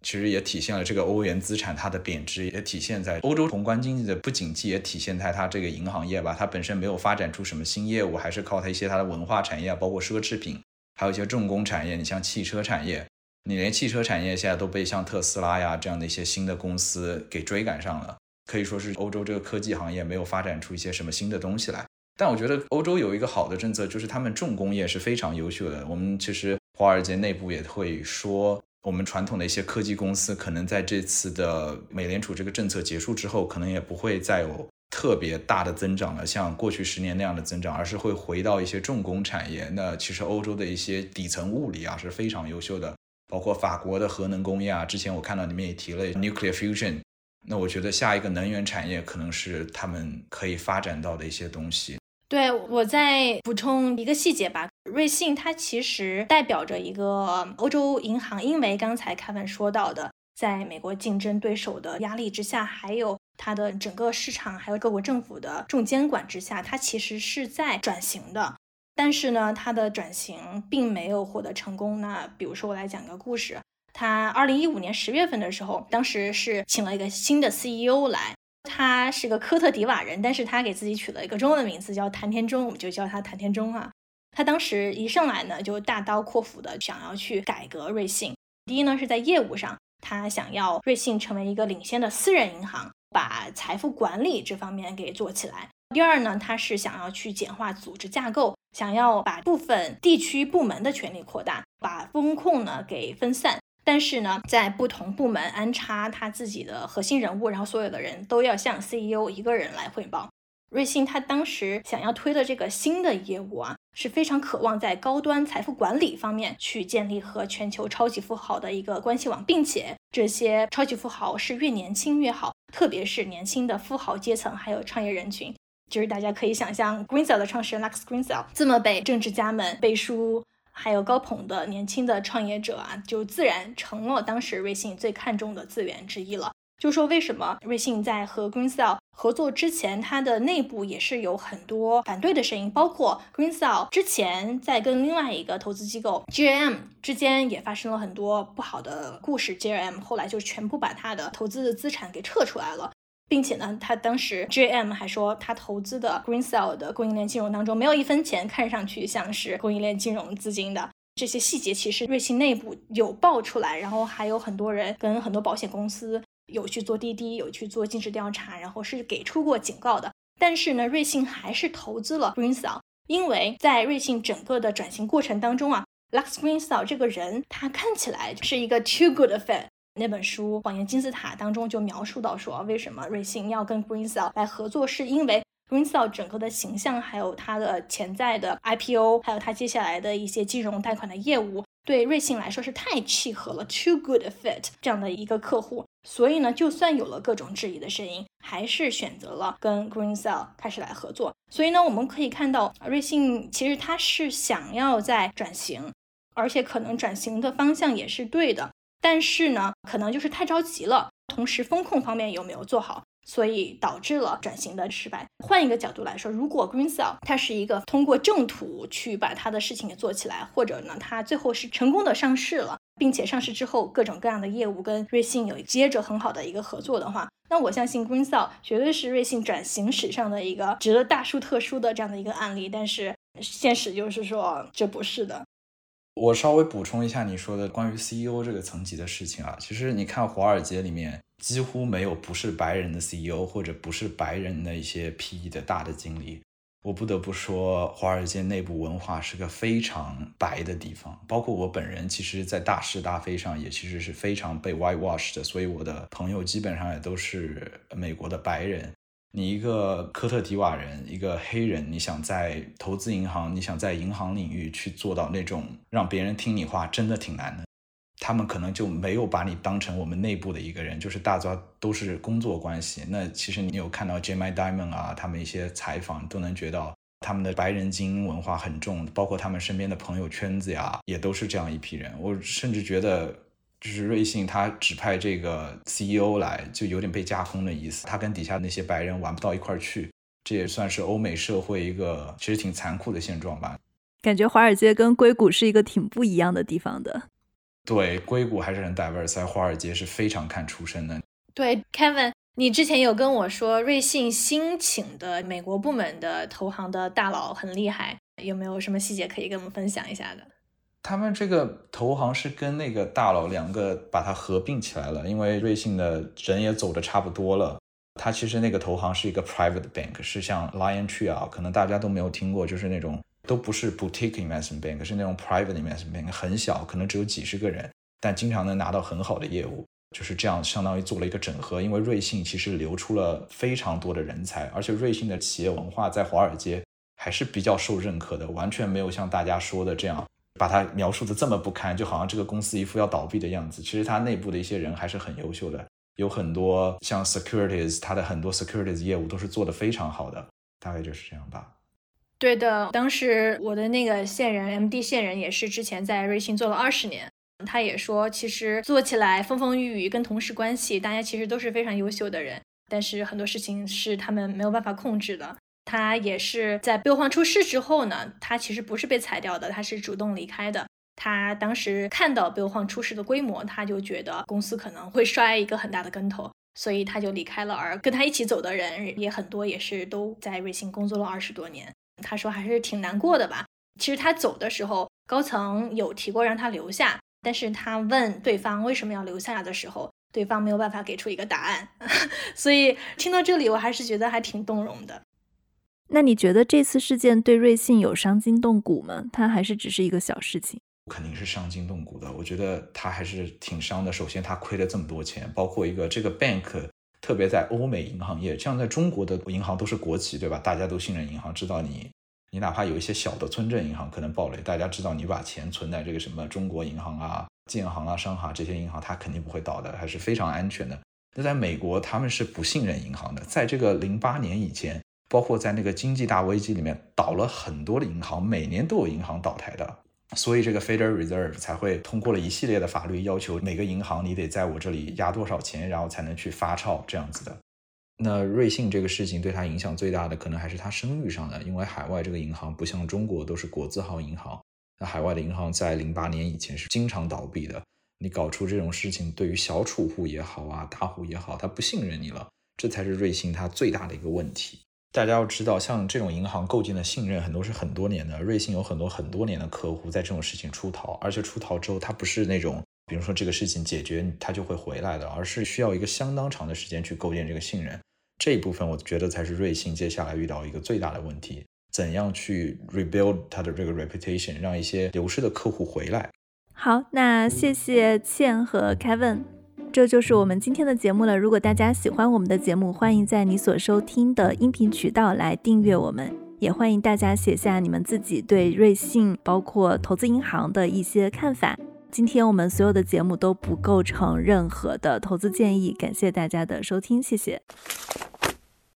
其实也体现了这个欧元资产它的贬值，也体现在欧洲宏观经济的不景气，也体现在它这个银行业吧，它本身没有发展出什么新业务，还是靠它一些它的文化产业，包括奢侈品，还有一些重工产业。你像汽车产业，你连汽车产业现在都被像特斯拉呀这样的一些新的公司给追赶上了，可以说是欧洲这个科技行业没有发展出一些什么新的东西来。但我觉得欧洲有一个好的政策，就是他们重工业是非常优秀的。我们其实华尔街内部也会说，我们传统的一些科技公司可能在这次的美联储这个政策结束之后，可能也不会再有特别大的增长了，像过去10年那样的增长，而是会回到一些重工产业。那其实欧洲的一些底层物理啊是非常优秀的，包括法国的核能工业啊，之前我看到你们也提了 nuclear fusion。那我觉得下一个能源产业可能是他们可以发展到的一些东西。 对，我再补充一个细节吧，瑞信它其实代表着一个欧洲银行，因为刚才凯文说到的，在美国竞争对手的压力之下，还有它的整个市场，还有各国政府的重监管之下，它其实是在转型的。但是呢，它的转型并没有获得成功。那比如说我来讲个故事，它2015年10月份的时候，当时是请了一个新的 CEO 来，他是个科特迪瓦人，但是他给自己取了一个中文名字叫谭天中，我们就叫他谭天中啊。他当时一上来呢，就大刀阔斧的想要去改革瑞信。第一呢，是在业务上，他想要瑞信成为一个领先的私人银行，把财富管理这方面给做起来。第二呢，他是想要去简化组织架构，想要把部分地区部门的权力扩大，把风控呢给分散。但是呢，在不同部门安插他自己的核心人物，然后所有的人都要向 CEO 一个人来汇报。瑞信他当时想要推的这个新的业务啊，是非常渴望在高端财富管理方面去建立和全球超级富豪的一个关系网，并且这些超级富豪是越年轻越好，特别是年轻的富豪阶层还有创业人群。就是大家可以想象 Greensill 的创始人 Lux Greensill 这么被政治家们背书还有高捧的年轻的创业者啊，就自然成了当时瑞信最看重的资源之一了。就说为什么瑞信在和 Greensill 合作之前，它的内部也是有很多反对的声音，包括 Greensill 之前在跟另外一个投资机构 GRM 之间也发生了很多不好的故事， GRM 后来就全部把它的投资的资产给撤出来了，并且呢，他当时 GM 还说他投资的 Greensill 的供应链金融当中没有一分钱看上去像是供应链金融资金的。这些细节其实瑞信内部有爆出来，然后还有很多人跟很多保险公司有去做滴滴，有去做尽职调查，然后是给出过警告的。但是呢，瑞信还是投资了 Greensill， 因为在瑞信整个的转型过程当中啊， Lux Greensill 这个人他看起来是一个 too good fit。那本书《谎言金字塔》当中就描述到说，为什么瑞信要跟 Greensill 来合作，是因为 Greensill 整个的形象，还有它的潜在的 IPO， 还有它接下来的一些金融贷款的业务，对瑞信来说是太契合了 too good fit 这样的一个客户。所以呢，就算有了各种质疑的声音，还是选择了跟 Greensill 开始来合作。所以呢，我们可以看到瑞信其实它是想要在转型，而且可能转型的方向也是对的，但是呢，可能就是太着急了，同时风控方面有没有做好，所以导致了转型的失败。换一个角度来说，如果 Greensill 它是一个通过正途去把它的事情给做起来，或者呢，它最后是成功的上市了，并且上市之后各种各样的业务跟瑞信有接着很好的一个合作的话，那我相信 Greensill 绝对是瑞信转型史上的一个值得大书特书的这样的一个案例。但是现实就是说这不是的。 我稍微补充一下你说的关于 CEO 这个层级的事情啊，其实你看华尔街里面几乎没有不是白人的 CEO 或者不是白人的一些 PE 的大的经理。我不得不说华尔街内部文化是个非常白的地方，包括我本人其实在大是大非上也其实是非常被 whitewash 的，所以我的朋友基本上也都是美国的白人。你一个科特迪瓦人，一个黑人，你想在投资银行，你想在银行领域去做到那种让别人听你话，真的挺难的。他们可能就没有把你当成我们内部的一个人，就是大家都是工作关系。那其实你有看到 Jamie Dimon 啊，他们一些采访都能觉得他们的白人精英文化很重，包括他们身边的朋友圈子呀，也都是这样一批人。我甚至觉得就是瑞信他指派这个 CEO 来就有点被架空的意思，他跟底下那些白人玩不到一块去，这也算是欧美社会一个其实挺残酷的现状吧。 感觉华尔街跟硅谷是一个挺不一样的地方的。 对，硅谷还是很 diverse， 在华尔街是非常看出身的。 对 Kevin， 你之前有跟我说瑞信新请的美国部门的投行的大佬很厉害，有没有什么细节可以跟我们分享一下的？ 他们这个投行是跟那个大佬两个把它合并起来了，因为瑞信的人也走得差不多了。它其实那个投行是一个 private bank， 是像 LionTree 啊，可能大家都没有听过，就是那种都不是 boutique investment bank， 是那种 private investment bank， 很小，可能只有几十个人，但经常能拿到很好的业务，就是这样相当于做了一个整合。因为瑞信其实流出了非常多的人才，而且瑞信的企业文化在华尔街还是比较受认可的，完全没有像大家说的这样把它描述的这么不堪，就好像这个公司一副要倒闭的样子。其实它内部的一些人还是很优秀的，有很多像 securities， 它的很多 securities 业务都是做得非常好的，大概就是这样吧。 对的，当时我的那个线人 MD 线人也是之前在瑞信做了20年，他也说其实做起来风风雨雨，跟同事关系大家其实都是非常优秀的人，但是很多事情是他们没有办法控制的。他也是在Bill Hwang出事之后呢，他其实不是被裁掉的，他是主动离开的。他当时看到Bill Hwang出事的规模，他就觉得公司可能会摔一个很大的跟头，所以他就离开了。而跟他一起走的人也很多，也是都在瑞信工作了20多年。他说还是挺难过的吧。其实他走的时候，高层有提过让他留下，但是他问对方为什么要留下的时候，对方没有办法给出一个答案。所以听到这里，我还是觉得还挺动容的。 那你觉得这次事件对瑞信有伤筋动骨吗？它还是只是一个小事情？ 肯定是伤筋动骨的，我觉得他还是挺伤的。首先他亏了这么多钱，包括一个这个 bank， 特别在欧美银行业，像在中国的银行都是国企，对吧？大家都信任银行，知道你哪怕有一些小的村镇银行可能暴雷，大家知道你把钱存在这个什么中国银行啊、建行啊、商行这些银行，它肯定不会倒的，还是非常安全的。那在美国他们是不信任银行的，在这个08年以前，包括在那个经济大危机里面倒了很多的银行，每年都有银行倒台的，所以这个 Federal Reserve 才会通过了一系列的法律，要求每个银行你得在我这里压多少钱，然后才能去发钞这样子的。那瑞信这个事情对他影响最大的可能还是他声誉上的，因为海外这个银行不像中国都是国字号银行，那海外的银行在08年以前是经常倒闭的，你搞出这种事情，对于小储户也好啊，大户也好，他不信任你了，这才是瑞信它最大的一个问题。大家要知道，像这种银行构建的信任很多是很多年的，瑞信有很多年的客户在这种事情出逃，而且出逃之后他不是那种比如说这个事情解决他就会回来的，而是需要一个相当长的时间去构建这个信任。这一部分我觉得才是瑞信接下来遇到一个最大的问题，怎样去 rebuild 它的这个 reputation， 让一些流失的客户回来。 好，那谢谢倩和 Kevin， 这就是我们今天的节目了。如果大家喜欢我们的节目，欢迎在你所收听的音频渠道来订阅我们，也欢迎大家写下你们自己对瑞信包括投资银行的一些看法。今天我们所有的节目都不构成任何的投资建议，感谢大家的收听，谢谢。